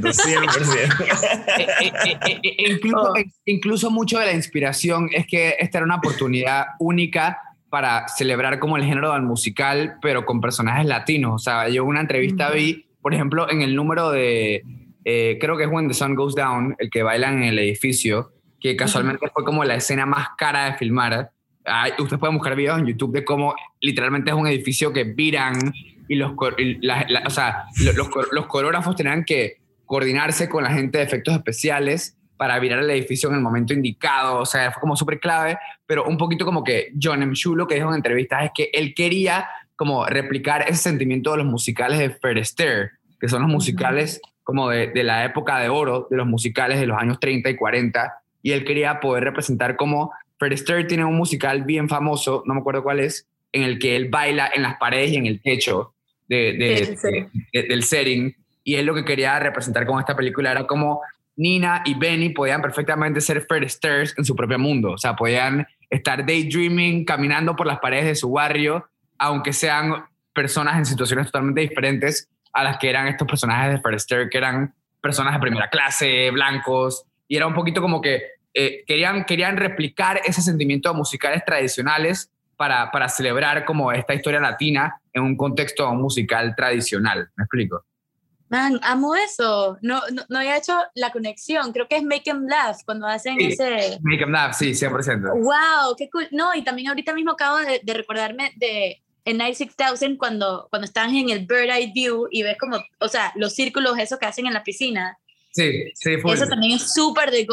100%. Incluso mucho de la inspiración es que esta era una oportunidad única para celebrar como el género del musical, pero con personajes latinos. O sea, yo en una entrevista vi, por ejemplo, en el número de, creo que es When the Sun Goes Down, el que bailan en el edificio, que casualmente fue como la escena más cara de filmar. Ustedes pueden buscar videos en YouTube de cómo literalmente es un edificio que viran y los coreógrafos tenían que coordinarse con la gente de efectos especiales para virar el edificio en el momento indicado. O sea, fue como súper clave, pero un poquito como que John M. Chu lo que dijo en entrevistas es que él quería como replicar ese sentimiento de los musicales de Fred Astaire, que son los musicales como de la época de oro, de los musicales de los años 30 y 40, y él quería poder representar como Fred Astaire tiene un musical bien famoso, no me acuerdo cuál es, en el que él baila en las paredes y en el techo del setting, y él lo que quería representar con esta película era como Nina y Benny podían perfectamente ser Fred Astaire en su propio mundo, o sea, podían estar daydreaming, caminando por las paredes de su barrio, aunque sean personas en situaciones totalmente diferentes a las que eran estos personajes de Fred Astaire, que eran personas de primera clase, blancos, y era un poquito como que querían replicar ese sentimiento de musicales tradicionales para celebrar como esta historia latina en un contexto musical tradicional. ¿Me explico? Man, amo eso. No había hecho la conexión. Creo que es Make 'em Laugh cuando hacen ese... Make 'em Laugh, sí, 100%. ¡Wow! ¡Qué cool! No, y también ahorita mismo acabo de recordarme de en Night 6000 cuando están en el Bird Eye View y ves como, o sea, los círculos esos que hacen en la piscina. Sí, full. Eso también es súper de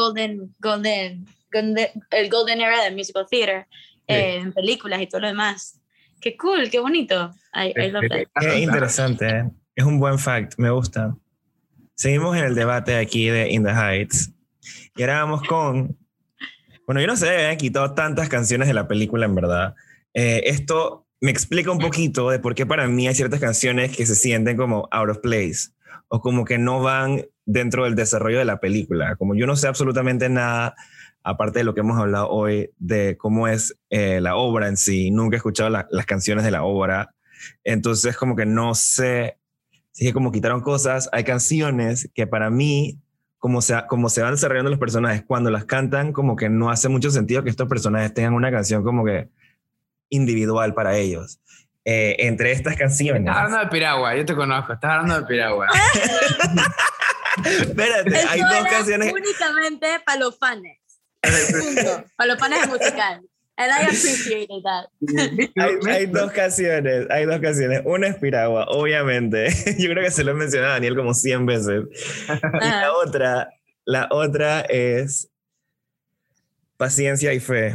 el Golden Era de Musical Theater, en películas y todo lo demás. ¡Qué cool! ¡Qué bonito! I love that. Qué interesante, ¿eh? Es un buen fact, me gusta. Seguimos en el debate aquí de In the Heights. Y ahora vamos con... Bueno, yo no sé, he quitado tantas canciones de la película, en verdad. Esto me explica un poquito de por qué para mí hay ciertas canciones que se sienten como out of place o como que no van dentro del desarrollo de la película. Como yo no sé absolutamente nada, aparte de lo que hemos hablado hoy, de cómo es la obra en sí. Nunca he escuchado las canciones de la obra. Entonces como que no sé... Así que como quitaron cosas, hay canciones que para mí, como se van desarrollando los personajes, cuando las cantan, como que no hace mucho sentido que estos personajes tengan una canción como que individual para ellos. Entre estas canciones... Estás hablando de Piragua, yo te conozco, estás hablando de Piragua. Espérate, Eso hay dos canciones... únicamente para los fans. Punto. Para los fans de musical. And I appreciated that. Hay dos canciones. Una es Piragua, obviamente. Yo creo que se lo he mencionado a Daniel como 100 veces. Y la otra es Paciencia y Fe.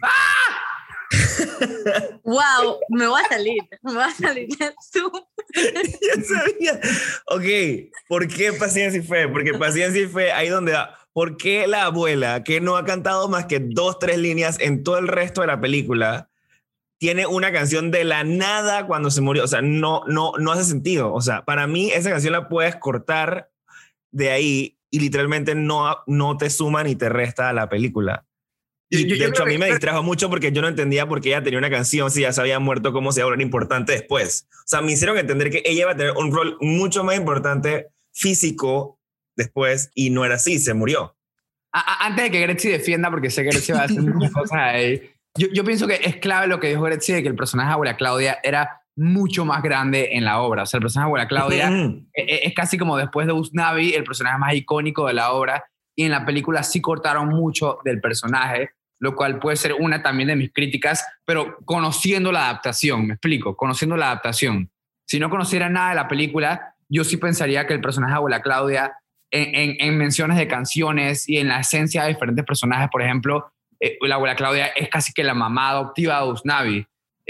Wow, me voy a salir de Zoom. Yo sabía. Ok, ¿por qué Paciencia y Fe? Porque Paciencia y Fe, ahí donde va. ¿Por qué la abuela, que no ha cantado más que 2-3 líneas en todo el resto de la película, tiene una canción de la nada cuando se murió? O sea, no hace sentido. O sea, para mí esa canción la puedes cortar de ahí y literalmente no te suma ni te resta a la película. Y de hecho a mí me distrajo mucho porque yo no entendía por qué ella tenía una canción si ya se había muerto, cómo se iba a volver importante después. O sea, me hicieron entender que ella iba a tener un rol mucho más importante físico después y no era así, se murió. Antes de que Gretzi defienda, porque sé que Gretzi va a hacer muchas cosas ahí, yo pienso que es clave lo que dijo Gretzi de que el personaje de Abuela Claudia era mucho más grande en la obra. O sea, el personaje de Abuela Claudia es casi como después de Usnavi, el personaje más icónico de la obra, y en la película sí cortaron mucho del personaje, lo cual puede ser una también de mis críticas, pero conociendo la adaptación, me explico, conociendo la adaptación. Si no conociera nada de la película, yo sí pensaría que el personaje de Abuela Claudia en menciones de canciones y en la esencia de diferentes personajes, por ejemplo, la Abuela Claudia es casi que la mamá adoptiva de Usnavi.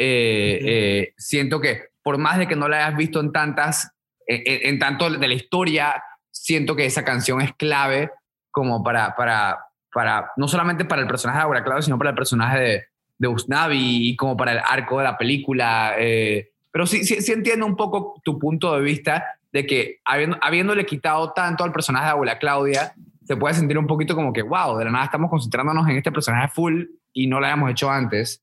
Siento que por más de que no la hayas visto en tanto de la historia, siento que esa canción es clave como para no solamente para el personaje de Abuela Claudia, sino para el personaje de Usnavi y como para el arco de la película. Pero sí entiendo un poco tu punto de vista de que habiéndole quitado tanto al personaje de Abuela Claudia, se puede sentir un poquito como que, wow, de la nada estamos concentrándonos en este personaje full y no lo habíamos hecho antes.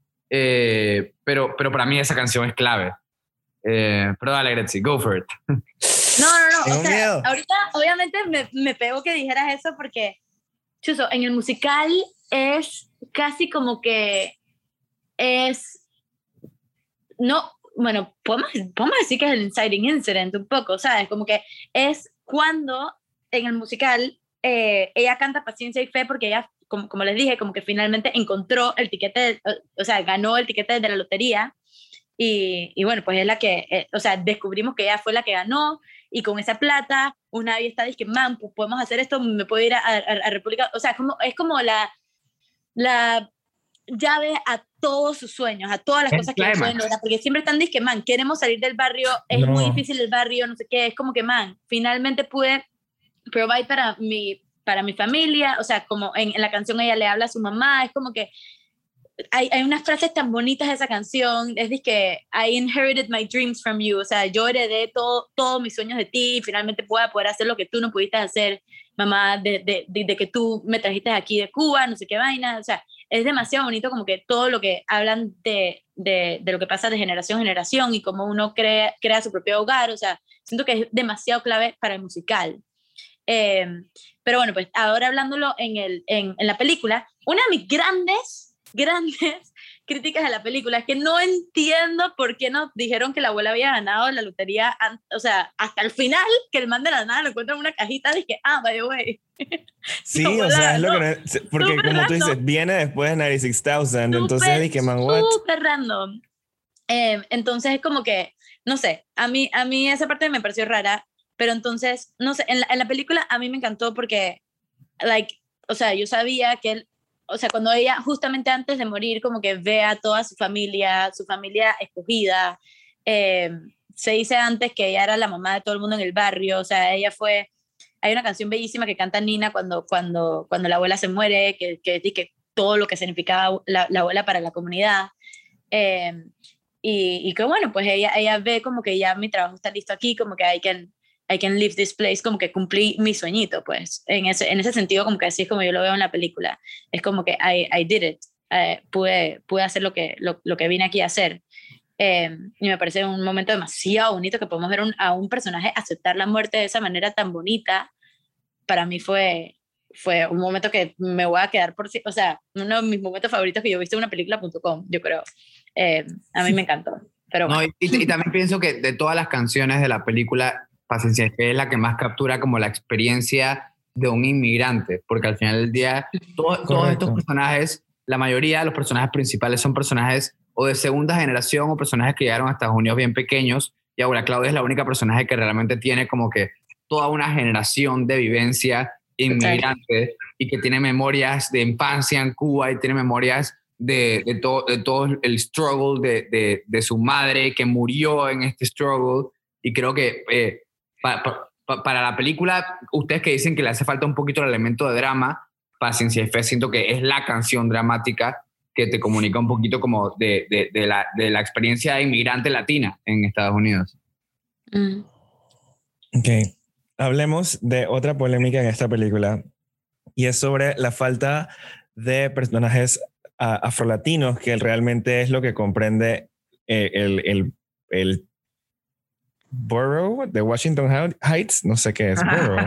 Pero para mí esa canción es clave. Pero dale, Gretzi, go for it. No. O sea, ahorita obviamente me pegó que dijeras eso porque, Chuzo, en el musical es casi como que es... No... Bueno, podemos decir que es el inciting incident un poco, ¿sabes? Como que es cuando en el musical ella canta Paciencia y Fe porque ella como les dije, como que finalmente encontró el tiquete, o sea, ganó el tiquete de la lotería. Y bueno, pues es la que, o sea, descubrimos que ella fue la que ganó, y con esa plata, una vez está, dice, man, pues podemos hacer esto, me puedo ir a República, o sea, es como la llave a todos sus sueños, a todas las cosas que ellos pueden lograr, porque siempre están diciendo, man, queremos salir del barrio, es muy difícil el barrio, no sé qué, es como que, man, finalmente pude provide para mi familia, o sea, como en la canción ella le habla a su mamá, es como que hay unas frases tan bonitas de esa canción, es de que I inherited my dreams from you, o sea, yo heredé todos mis sueños de ti, y finalmente pueda poder hacer lo que tú no pudiste hacer, mamá, de que tú me trajiste aquí de Cuba, no sé qué vaina, o sea, es demasiado bonito como que todo lo que hablan de lo que pasa de generación en generación y cómo uno crea su propio hogar, o sea, siento que es demasiado clave para el musical. Pero bueno, pues ahora hablándolo en la película, una de mis grandes críticas de la película es que no entiendo por qué nos dijeron que la abuela había ganado la lotería, o sea, hasta el final, que el man de la nada lo encuentra en una cajita, dije, by the way. Sí, o sea, es lo que no, porque como random. Tú dices, viene después de 96,000, entonces dije, man, what? Súper random. Entonces es como que, no sé, a mí esa parte me pareció rara, pero entonces, no sé, en la película a mí me encantó porque, o sea, yo sabía que él, o sea, cuando ella justamente antes de morir como que ve a toda su familia escogida, se dice antes que ella era la mamá de todo el mundo en el barrio, o sea, ella fue, hay una canción bellísima que canta Nina cuando la abuela se muere, que todo lo que significaba la abuela para la comunidad, y que bueno, pues ella ve como que ya mi trabajo está listo aquí, como que I can leave this place, como que cumplí mi sueño, pues, en ese sentido, como que así es como yo lo veo en la película, es como que I did it, pude hacer lo que vine aquí a hacer, y me parece un momento demasiado bonito que podemos ver a un personaje aceptar la muerte de esa manera tan bonita. Para mí fue un momento que me voy a quedar o sea, uno de mis momentos favoritos que yo he visto en una película.com, yo creo, a mí me encantó. Pero no, bueno. y también pienso que de todas las canciones de la película, Paciencia y Fe es la que más captura como la experiencia de un inmigrante, porque al final del día todos estos personajes, la mayoría de los personajes principales son personajes o de segunda generación o personajes que llegaron a Estados Unidos bien pequeños, y ahora Claudia es la única personaje que realmente tiene como que toda una generación de vivencia inmigrante y que tiene memorias de infancia en Cuba y tiene memorias de todo el struggle de su madre que murió en este struggle. Y creo que para la película, ustedes que dicen que le hace falta un poquito el elemento de drama, Paciencia y Fe siento que es la canción dramática que te comunica un poquito como de la experiencia de inmigrante latina en Estados Unidos. Ok, hablemos de otra polémica en esta película, y es sobre la falta de personajes afrolatinos, que realmente es lo que comprende el borough de Washington Heights, no sé qué es borough.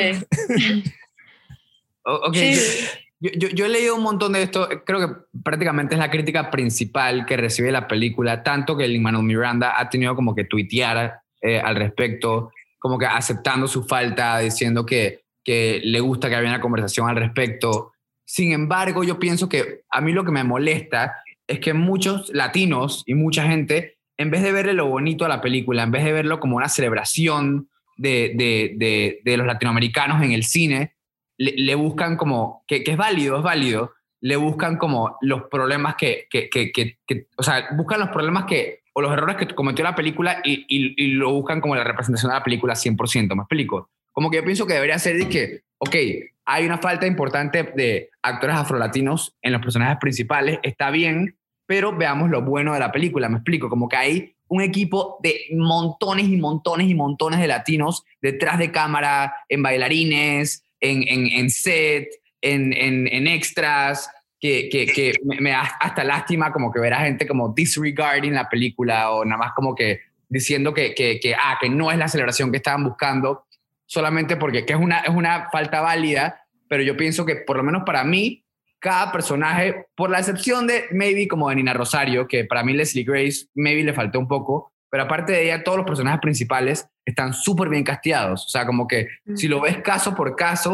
Ok, yo he leído un montón de esto, creo que prácticamente es la crítica principal que recibe la película, tanto que Lin-Manuel Miranda ha tenido como que tuitear al respecto, como que aceptando su falta, diciendo que le gusta que haya una conversación al respecto. Sin embargo, yo pienso que a mí lo que me molesta es que muchos latinos y mucha gente, en vez de verle lo bonito a la película, en vez de verlo como una celebración de los latinoamericanos en el cine, le buscan como, que es válido, le buscan como los problemas o sea, buscan los problemas o los errores que cometió la película y lo buscan como la representación de la película 100%, ¿me explico? Como que yo pienso que debería ser de que, ok, hay una falta importante de actores afrolatinos en los personajes principales, está bien, pero veamos lo bueno de la película, me explico, como que hay un equipo de montones y montones y montones de latinos detrás de cámara, en bailarines, en set, en extras, que me da hasta lástima como que ver a gente como disregarding la película o nada más como que diciendo que no es la celebración que estaban buscando, solamente porque que es una falta válida, pero yo pienso que por lo menos para mí, cada personaje, por la excepción de maybe como de Nina Rosario, que para mí Leslie Grace maybe le faltó un poco, pero aparte de ella, todos los personajes principales están súper bien casteados. O sea, como que si lo ves caso por caso,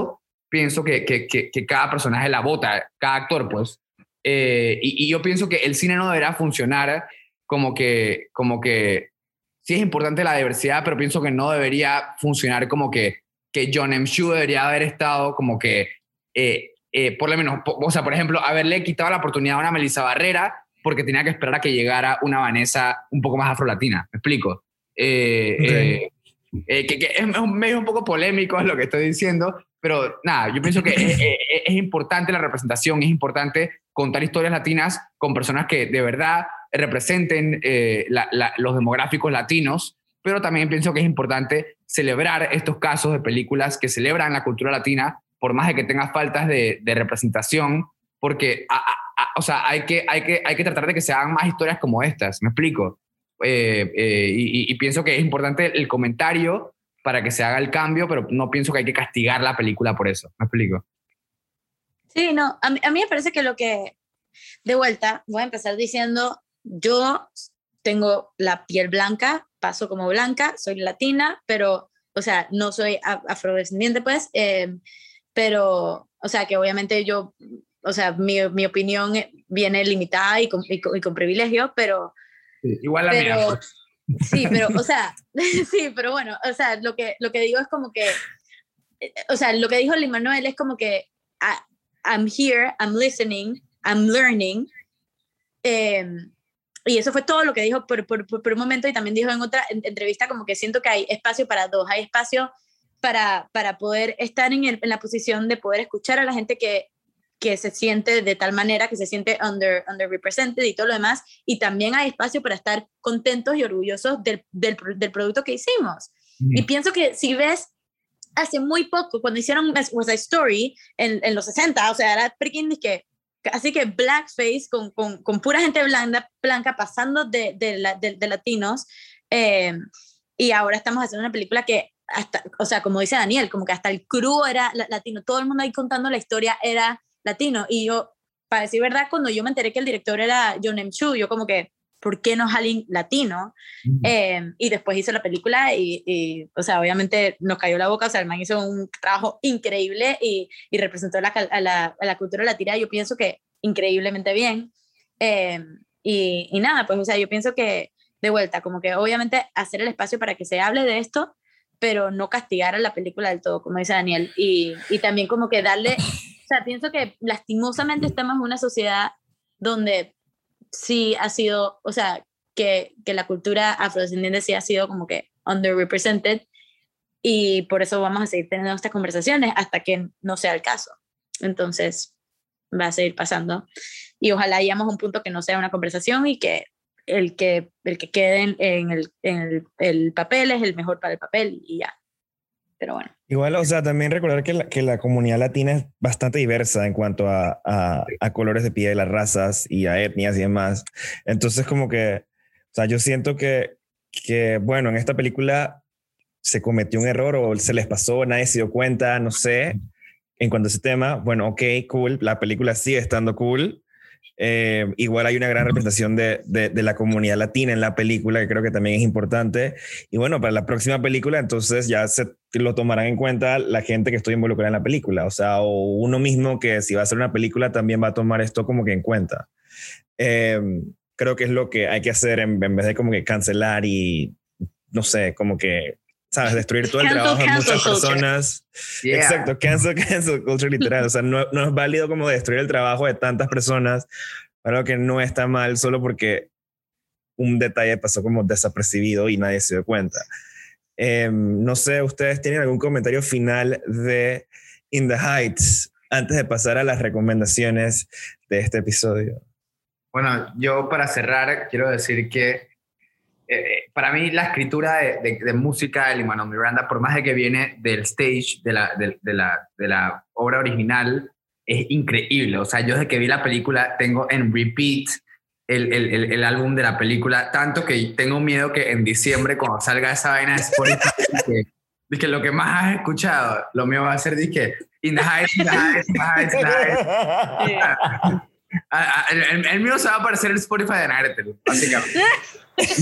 pienso que cada personaje la bota, cada actor, pues. Y yo pienso que el cine no deberá funcionar como que sí es importante la diversidad, pero pienso que no debería funcionar como que John M. Chu debería haber estado como que, por lo menos, o sea, por ejemplo, haberle quitado la oportunidad a una Melissa Barrera porque tenía que esperar a que llegara una Vanessa un poco más afrolatina. ¿Me explico? Que es medio un poco polémico lo que estoy diciendo, pero nada, yo pienso que es importante la representación, es importante contar historias latinas con personas que de verdad representen los demográficos latinos, pero también pienso que es importante celebrar estos casos de películas que celebran la cultura latina, por más de que tenga faltas de representación, porque o sea, hay que tratar de que se hagan más historias como estas, ¿me explico? Y pienso que es importante el comentario para que se haga el cambio, pero no pienso que hay que castigar la película por eso, ¿me explico? Sí, no, a mí me parece que de vuelta, voy a empezar diciendo, yo tengo la piel blanca, paso como blanca, soy latina, pero, o sea, no soy afrodescendiente, pues, pero, o sea, que obviamente yo, o sea, mi opinión viene limitada y con privilegio, pero... Sí, igual la mía. Sí, pero, o sea, sí, pero bueno, o sea, lo que digo es como que, o sea, lo que dijo Lin-Manuel es como que I'm here, I'm listening, I'm learning, y eso fue todo lo que dijo por un momento, y también dijo en otra entrevista como que siento que hay espacio para dos, hay espacio para poder estar en la posición de poder escuchar a la gente que se siente de tal manera, que se siente underrepresented y todo lo demás, y también hay espacio para estar contentos y orgullosos del producto que hicimos. Y pienso que si ves, hace muy poco, cuando hicieron West Side Story, en los 60, o sea, era freaking así que blackface, con pura gente blanca pasando de latinos, y ahora estamos haciendo una película que hasta, o sea, como dice Daniel, como que hasta el crew era latino, todo el mundo ahí contando la historia era latino, y yo, para decir verdad, cuando yo me enteré que el director era John M. Chu, yo como que, ¿por qué no es alguien latino? Y después hizo la película y, o sea, obviamente nos cayó la boca, o sea, el man hizo un trabajo increíble y representó a la cultura latina, yo pienso que increíblemente bien. Y nada, pues, o sea, yo pienso que, de vuelta, como que obviamente hacer el espacio para que se hable de esto, pero no castigar a la película del todo, como dice Daniel, y también como que darle, o sea, pienso que lastimosamente estamos en una sociedad donde sí ha sido, o sea, que la cultura afrodescendiente sí ha sido como que underrepresented, y por eso vamos a seguir teniendo estas conversaciones hasta que no sea el caso. Entonces va a seguir pasando, y ojalá lleguemos a un punto que no sea una conversación y que el que quede en el papel es el mejor para el papel y ya. Pero bueno. Igual, o sea, también recordar que la comunidad latina es bastante diversa en cuanto a colores de piel, a razas y a etnias y demás. Entonces, como que, o sea, yo siento que bueno, en esta película se cometió un error o se les pasó, nadie se dio cuenta, no sé. En cuanto a ese tema, bueno, ok, cool, la película sigue estando cool. Igual hay una gran representación de la comunidad latina en la película, que creo que también es importante. Y bueno, para la próxima película, entonces ya se lo tomarán en cuenta la gente que estoy involucrada en la película. O sea, o uno mismo que si va a hacer una película también va a tomar esto como que en cuenta. Creo que es lo que hay que hacer en vez de como que cancelar y no sé, como que, ¿sabes? Destruir todo el trabajo de muchas personas. Yeah. Exacto, cancel culture literal. O sea, no es válido como destruir el trabajo de tantas personas, pero que no está mal solo porque un detalle pasó como desapercibido y nadie se dio cuenta. No sé, ¿ustedes tienen algún comentario final de In the Heights antes de pasar a las recomendaciones de este episodio? Bueno, yo para cerrar quiero decir que para mí la escritura de música de Lin-Manuel Miranda, por más de que viene del stage, de la obra original, es increíble. O sea, yo desde que vi la película tengo en repeat el álbum de la película, tanto que tengo miedo que en diciembre, cuando salga esa vaina de Spotify, que lo que más has escuchado, lo mío va a ser dizque In the Heights, In the Heights, In the Heights, In the Heights. El mío se va a aparecer en Spotify de Nagrete, básicamente.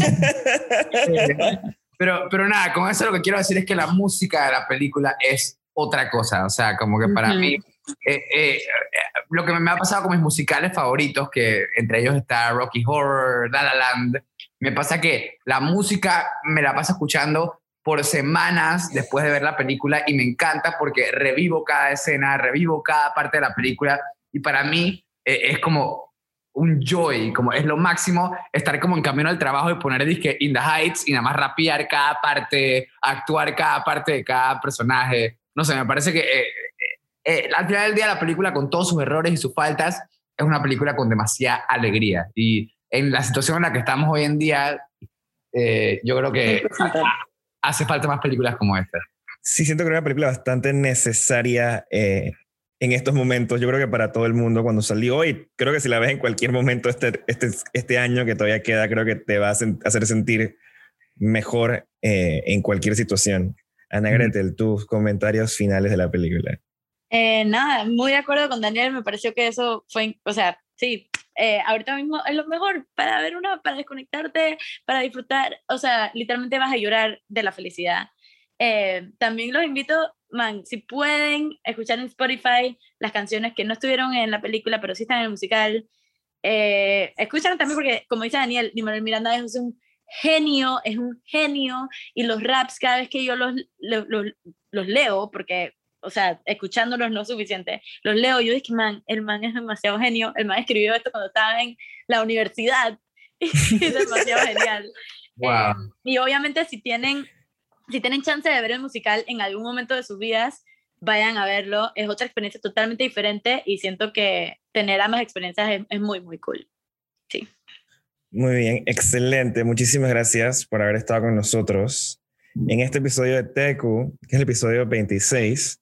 Pero nada, con eso lo que quiero decir es que la música de la película es otra cosa. O sea, como que para mí, lo que me ha pasado con mis musicales favoritos, que entre ellos está Rocky Horror, La La Land, me pasa que la música me la paso escuchando por semanas después de ver la película y me encanta porque revivo cada escena, revivo cada parte de la película y para mí es como un joy, como es lo máximo estar como en camino al trabajo y poner disque In the Heights y nada más rapear cada parte, actuar cada parte de cada personaje. No sé, me parece que al final del día la película con todos sus errores y sus faltas es una película con demasiada alegría y en la situación en la que estamos hoy en día yo creo que hace falta más películas como esta. Sí, siento que es una película bastante necesaria en estos momentos. Yo creo que para todo el mundo cuando salió y creo que si la ves en cualquier momento este año que todavía queda, creo que te va a hacer sentir mejor en cualquier situación. Ana Gretel, tus comentarios finales de la película. Nada, muy de acuerdo con Daniel, me pareció que eso fue, o sea, sí, ahorita mismo es lo mejor para ver para desconectarte, para disfrutar, o sea, literalmente vas a llorar de la felicidad. También los invito, man, si pueden escuchar en Spotify las canciones que no estuvieron en la película, pero sí están en el musical, escúchanlo también porque, como dice Daniel, Lin-Manuel Miranda es un genio, y los raps cada vez que yo los leo, porque o sea, escuchándolos no es suficiente, los leo, yo dije, man, el man es demasiado genio, el man escribió esto cuando estaba en la universidad, es demasiado genial. Wow. Y obviamente si tienen chance de ver el musical en algún momento de sus vidas, vayan a verlo, es otra experiencia totalmente diferente y siento que tener ambas experiencias es muy, muy cool. Sí. Muy bien, excelente. Muchísimas gracias por haber estado con nosotros en este episodio de TQ, que es el episodio 26.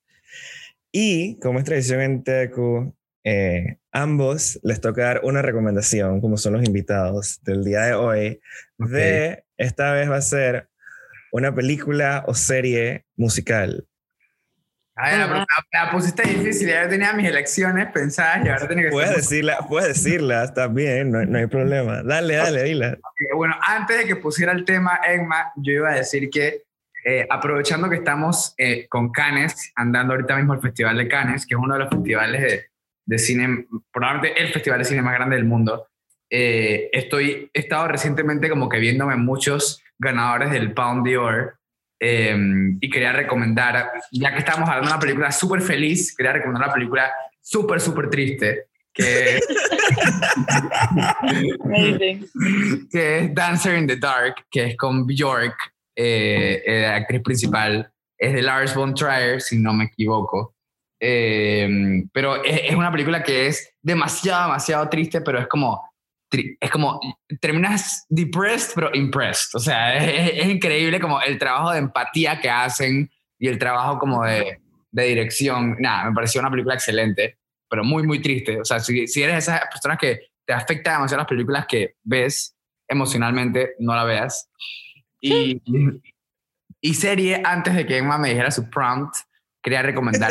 Y como es tradición en TQ, ambos les toca dar una recomendación, como son los invitados del día de hoy. Okay. Esta vez va a ser una película o serie musical. Ay, la pusiste difícil, ya tenía mis elecciones pensadas y ahora tenía que puedes decirla, está bien, no hay problema. Dale, dila. Okay, bueno, antes de que pusiera el tema, Emma, yo iba a decir que aprovechando que estamos con Cannes, andando ahorita mismo el Festival de Cannes, que es uno de los festivales de cine, probablemente el festival de cine más grande del mundo, he estado recientemente como que viéndome muchos ganadores del Pound d'Or y quería recomendar, ya que estamos hablando de una película súper feliz, quería recomendar una película súper, súper triste, que es Dancer in the Dark, que es con Björk, la actriz principal, es de Lars von Trier, si no me equivoco. Pero es una película que es demasiado triste, pero es como terminas depressed pero impressed. O sea, es increíble como el trabajo de empatía que hacen y el trabajo como de dirección. Nada, me pareció una película excelente, pero muy, muy triste. O sea, si eres de esas personas que te afecta demasiado las películas que ves emocionalmente, no la veas. Y serie, antes de que Emma me dijera su prompt, quería recomendar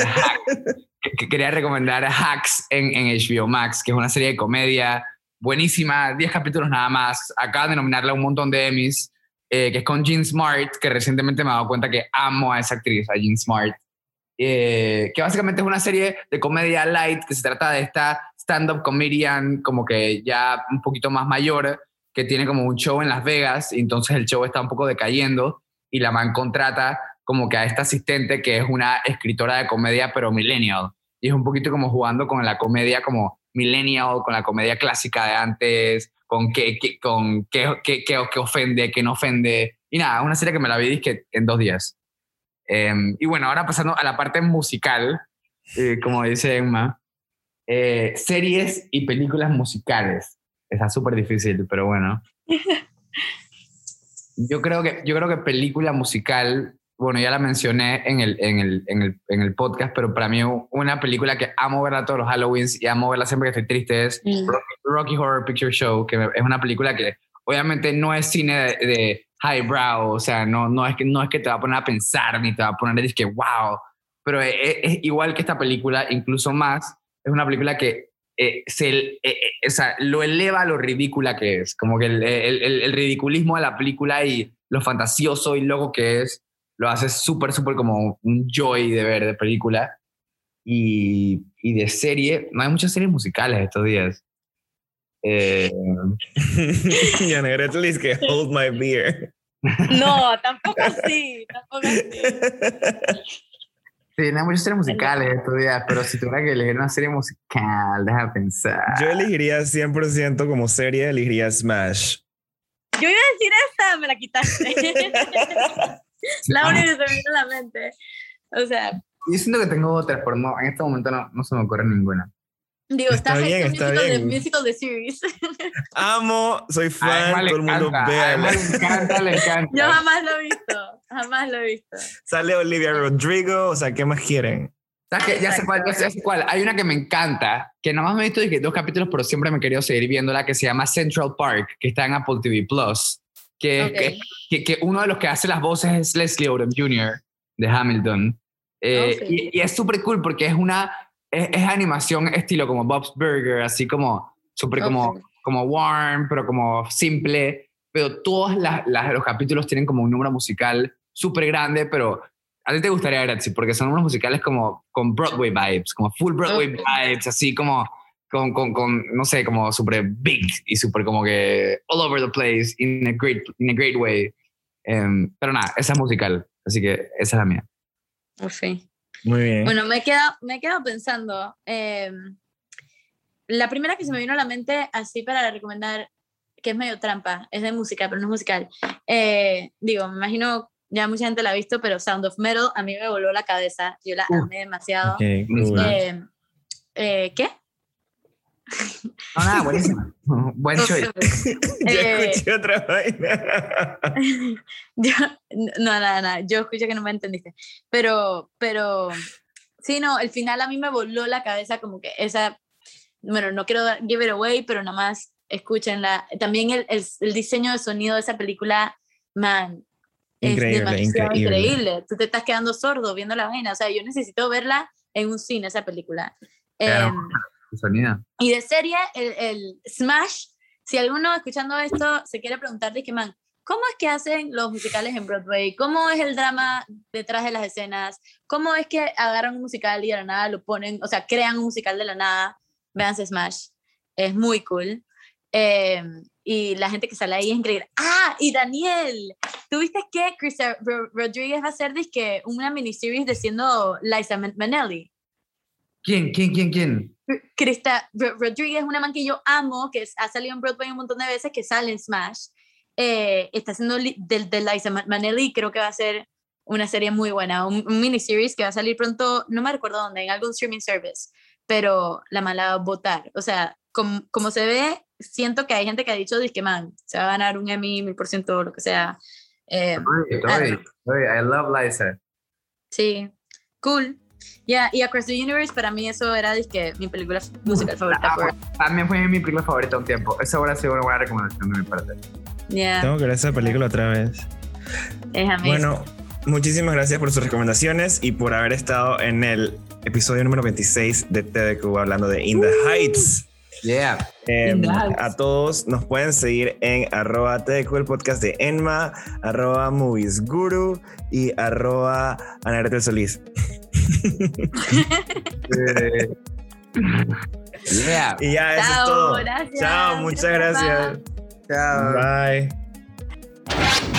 Hacks en HBO Max, que es una serie de comedia buenísima, 10 capítulos nada más. Acaban de nominarla a un montón de Emmys, que es con Jean Smart, que recientemente me he dado cuenta que amo a esa actriz, a Jean Smart. Que básicamente es una serie de comedia light que se trata de esta stand-up comedian como que ya un poquito más mayor, que tiene como un show en Las Vegas y entonces el show está un poco decayendo y la man contrata como que a esta asistente que es una escritora de comedia pero millennial y es un poquito como jugando con la comedia como millennial, con la comedia clásica de antes, con qué ofende, qué no ofende y nada, una serie que me la vi en 2 días. Y bueno, ahora pasando a la parte musical, como dice Emma, series y películas musicales. Está súper difícil, pero bueno. Yo creo que película musical, bueno, ya la mencioné en el podcast, pero para mí una película que amo verla todos los Halloweens y amo verla siempre que estoy triste es Rocky Horror Picture Show, que es una película que obviamente no es cine de highbrow, o sea, no es que te va a poner a pensar ni te va a poner a decir que wow, pero es igual que esta película, incluso más, es una película que o sea, lo eleva a lo ridícula que es, como que el ridiculismo de la película y lo fantasioso y loco que es, lo hace súper como un joy de ver de película. Y de serie, no hay muchas series musicales estos días. Y Ana Greta dice que hold my beer. No, tampoco así. Sí, no hay muchas series musicales estos días, pero si tuviera que elegir una serie musical, deja pensar. Yo elegiría 100% como serie, elegiría Smash. Yo iba a decir esta, me la quitaste. La única que se me vino a la mente. O sea, Yo siento que tengo otras, pero no, en este momento no se me ocurre ninguna. digo, Está bien, está bien. Musical de series. Amo, soy fan, Además, todo el mundo véala. Le encanta. Yo jamás lo he visto. Sale Olivia Rodrigo, o sea, ¿qué más quieren? ¿Sabes qué? Ya sé cuál. Hay una que me encanta, que nomás me he visto 2 capítulos, pero siempre me he querido seguir viéndola, que se llama Central Park, que está en Apple TV+. Que uno de los que hace las voces es Leslie Odom Jr. de Hamilton. Y es súper cool porque es animación estilo como Bob's Burger, así como súper como warm, pero como simple. Pero todos los capítulos tienen como un número musical súper grande, pero a ti te gustaría, Grazi, porque son números musicales como con Broadway vibes, como full Broadway vibes, así como con no sé, como súper big y súper como que all over the place in a great way. Pero nada, esa es musical, así que esa es la mía. Sí. Muy bien. Bueno, me he quedado pensando. La primera que se me vino a la mente, así para recomendar, que es medio trampa, es de música, pero no es musical. Digo, me imagino, ya mucha gente la ha visto, pero Sound of Metal a mí me voló la cabeza. Yo la amé demasiado. Okay, cool. ¿Qué? No, nada, buenísima. Buen choice. Ya escuché otra vaina. Nada, yo escuché que no me entendiste. Pero, sí, no, el final a mí me voló la cabeza como que esa, bueno, no quiero give it away, pero nada más escúchenla. También el diseño de sonido de esa película, man, Increíble, es demasiado increíble. Tú te estás quedando sordo viendo la vaina. O sea, yo necesito verla en un cine, esa película. Y de serie, el Smash, si alguno escuchando esto se quiere preguntar de que, man, ¿cómo es que hacen los musicales en Broadway? ¿Cómo es el drama detrás de las escenas? ¿Cómo es que agarran un musical y de la nada lo ponen, o sea, crean un musical de la nada? Véanse Smash, es muy cool. Y la gente que sale ahí es increíble. ¡Ah! Y Daniel, ¿tú viste que Krista Rodríguez va a hacer una miniseries de siendo Liza Minnelli? ¿Quién? Krista Rodríguez es una man que yo amo, que ha salido en Broadway un montón de veces, que sale en Smash. Está haciendo de Liza Minnelli, creo que va a ser una serie muy buena, un miniseries que va a salir pronto, no me recuerdo dónde, en algún streaming service, pero la mala votar. O sea, como se ve, siento que hay gente que ha dicho que man, se va a ganar un Emmy, 1000%, lo que sea. I love Liza. Sí, cool. Yeah, y Across the Universe para mí eso era mi película musical favorita. También fue mi película favorita un tiempo. Esa habrá sido una buena recomendación de mi parte. Yeah. Tengo que ver esa película otra vez. Bueno, muchísimas gracias por sus recomendaciones y por haber estado en el episodio número 26 de TDQ hablando de In the Heights. Yeah. A todos nos pueden seguir en @TDQ, el podcast de Enma, @moviesguru y Ana Greta Solís. Yeah. Y ya, eso es todo. Gracias. Chao, muchas gracias. Chao. Bye.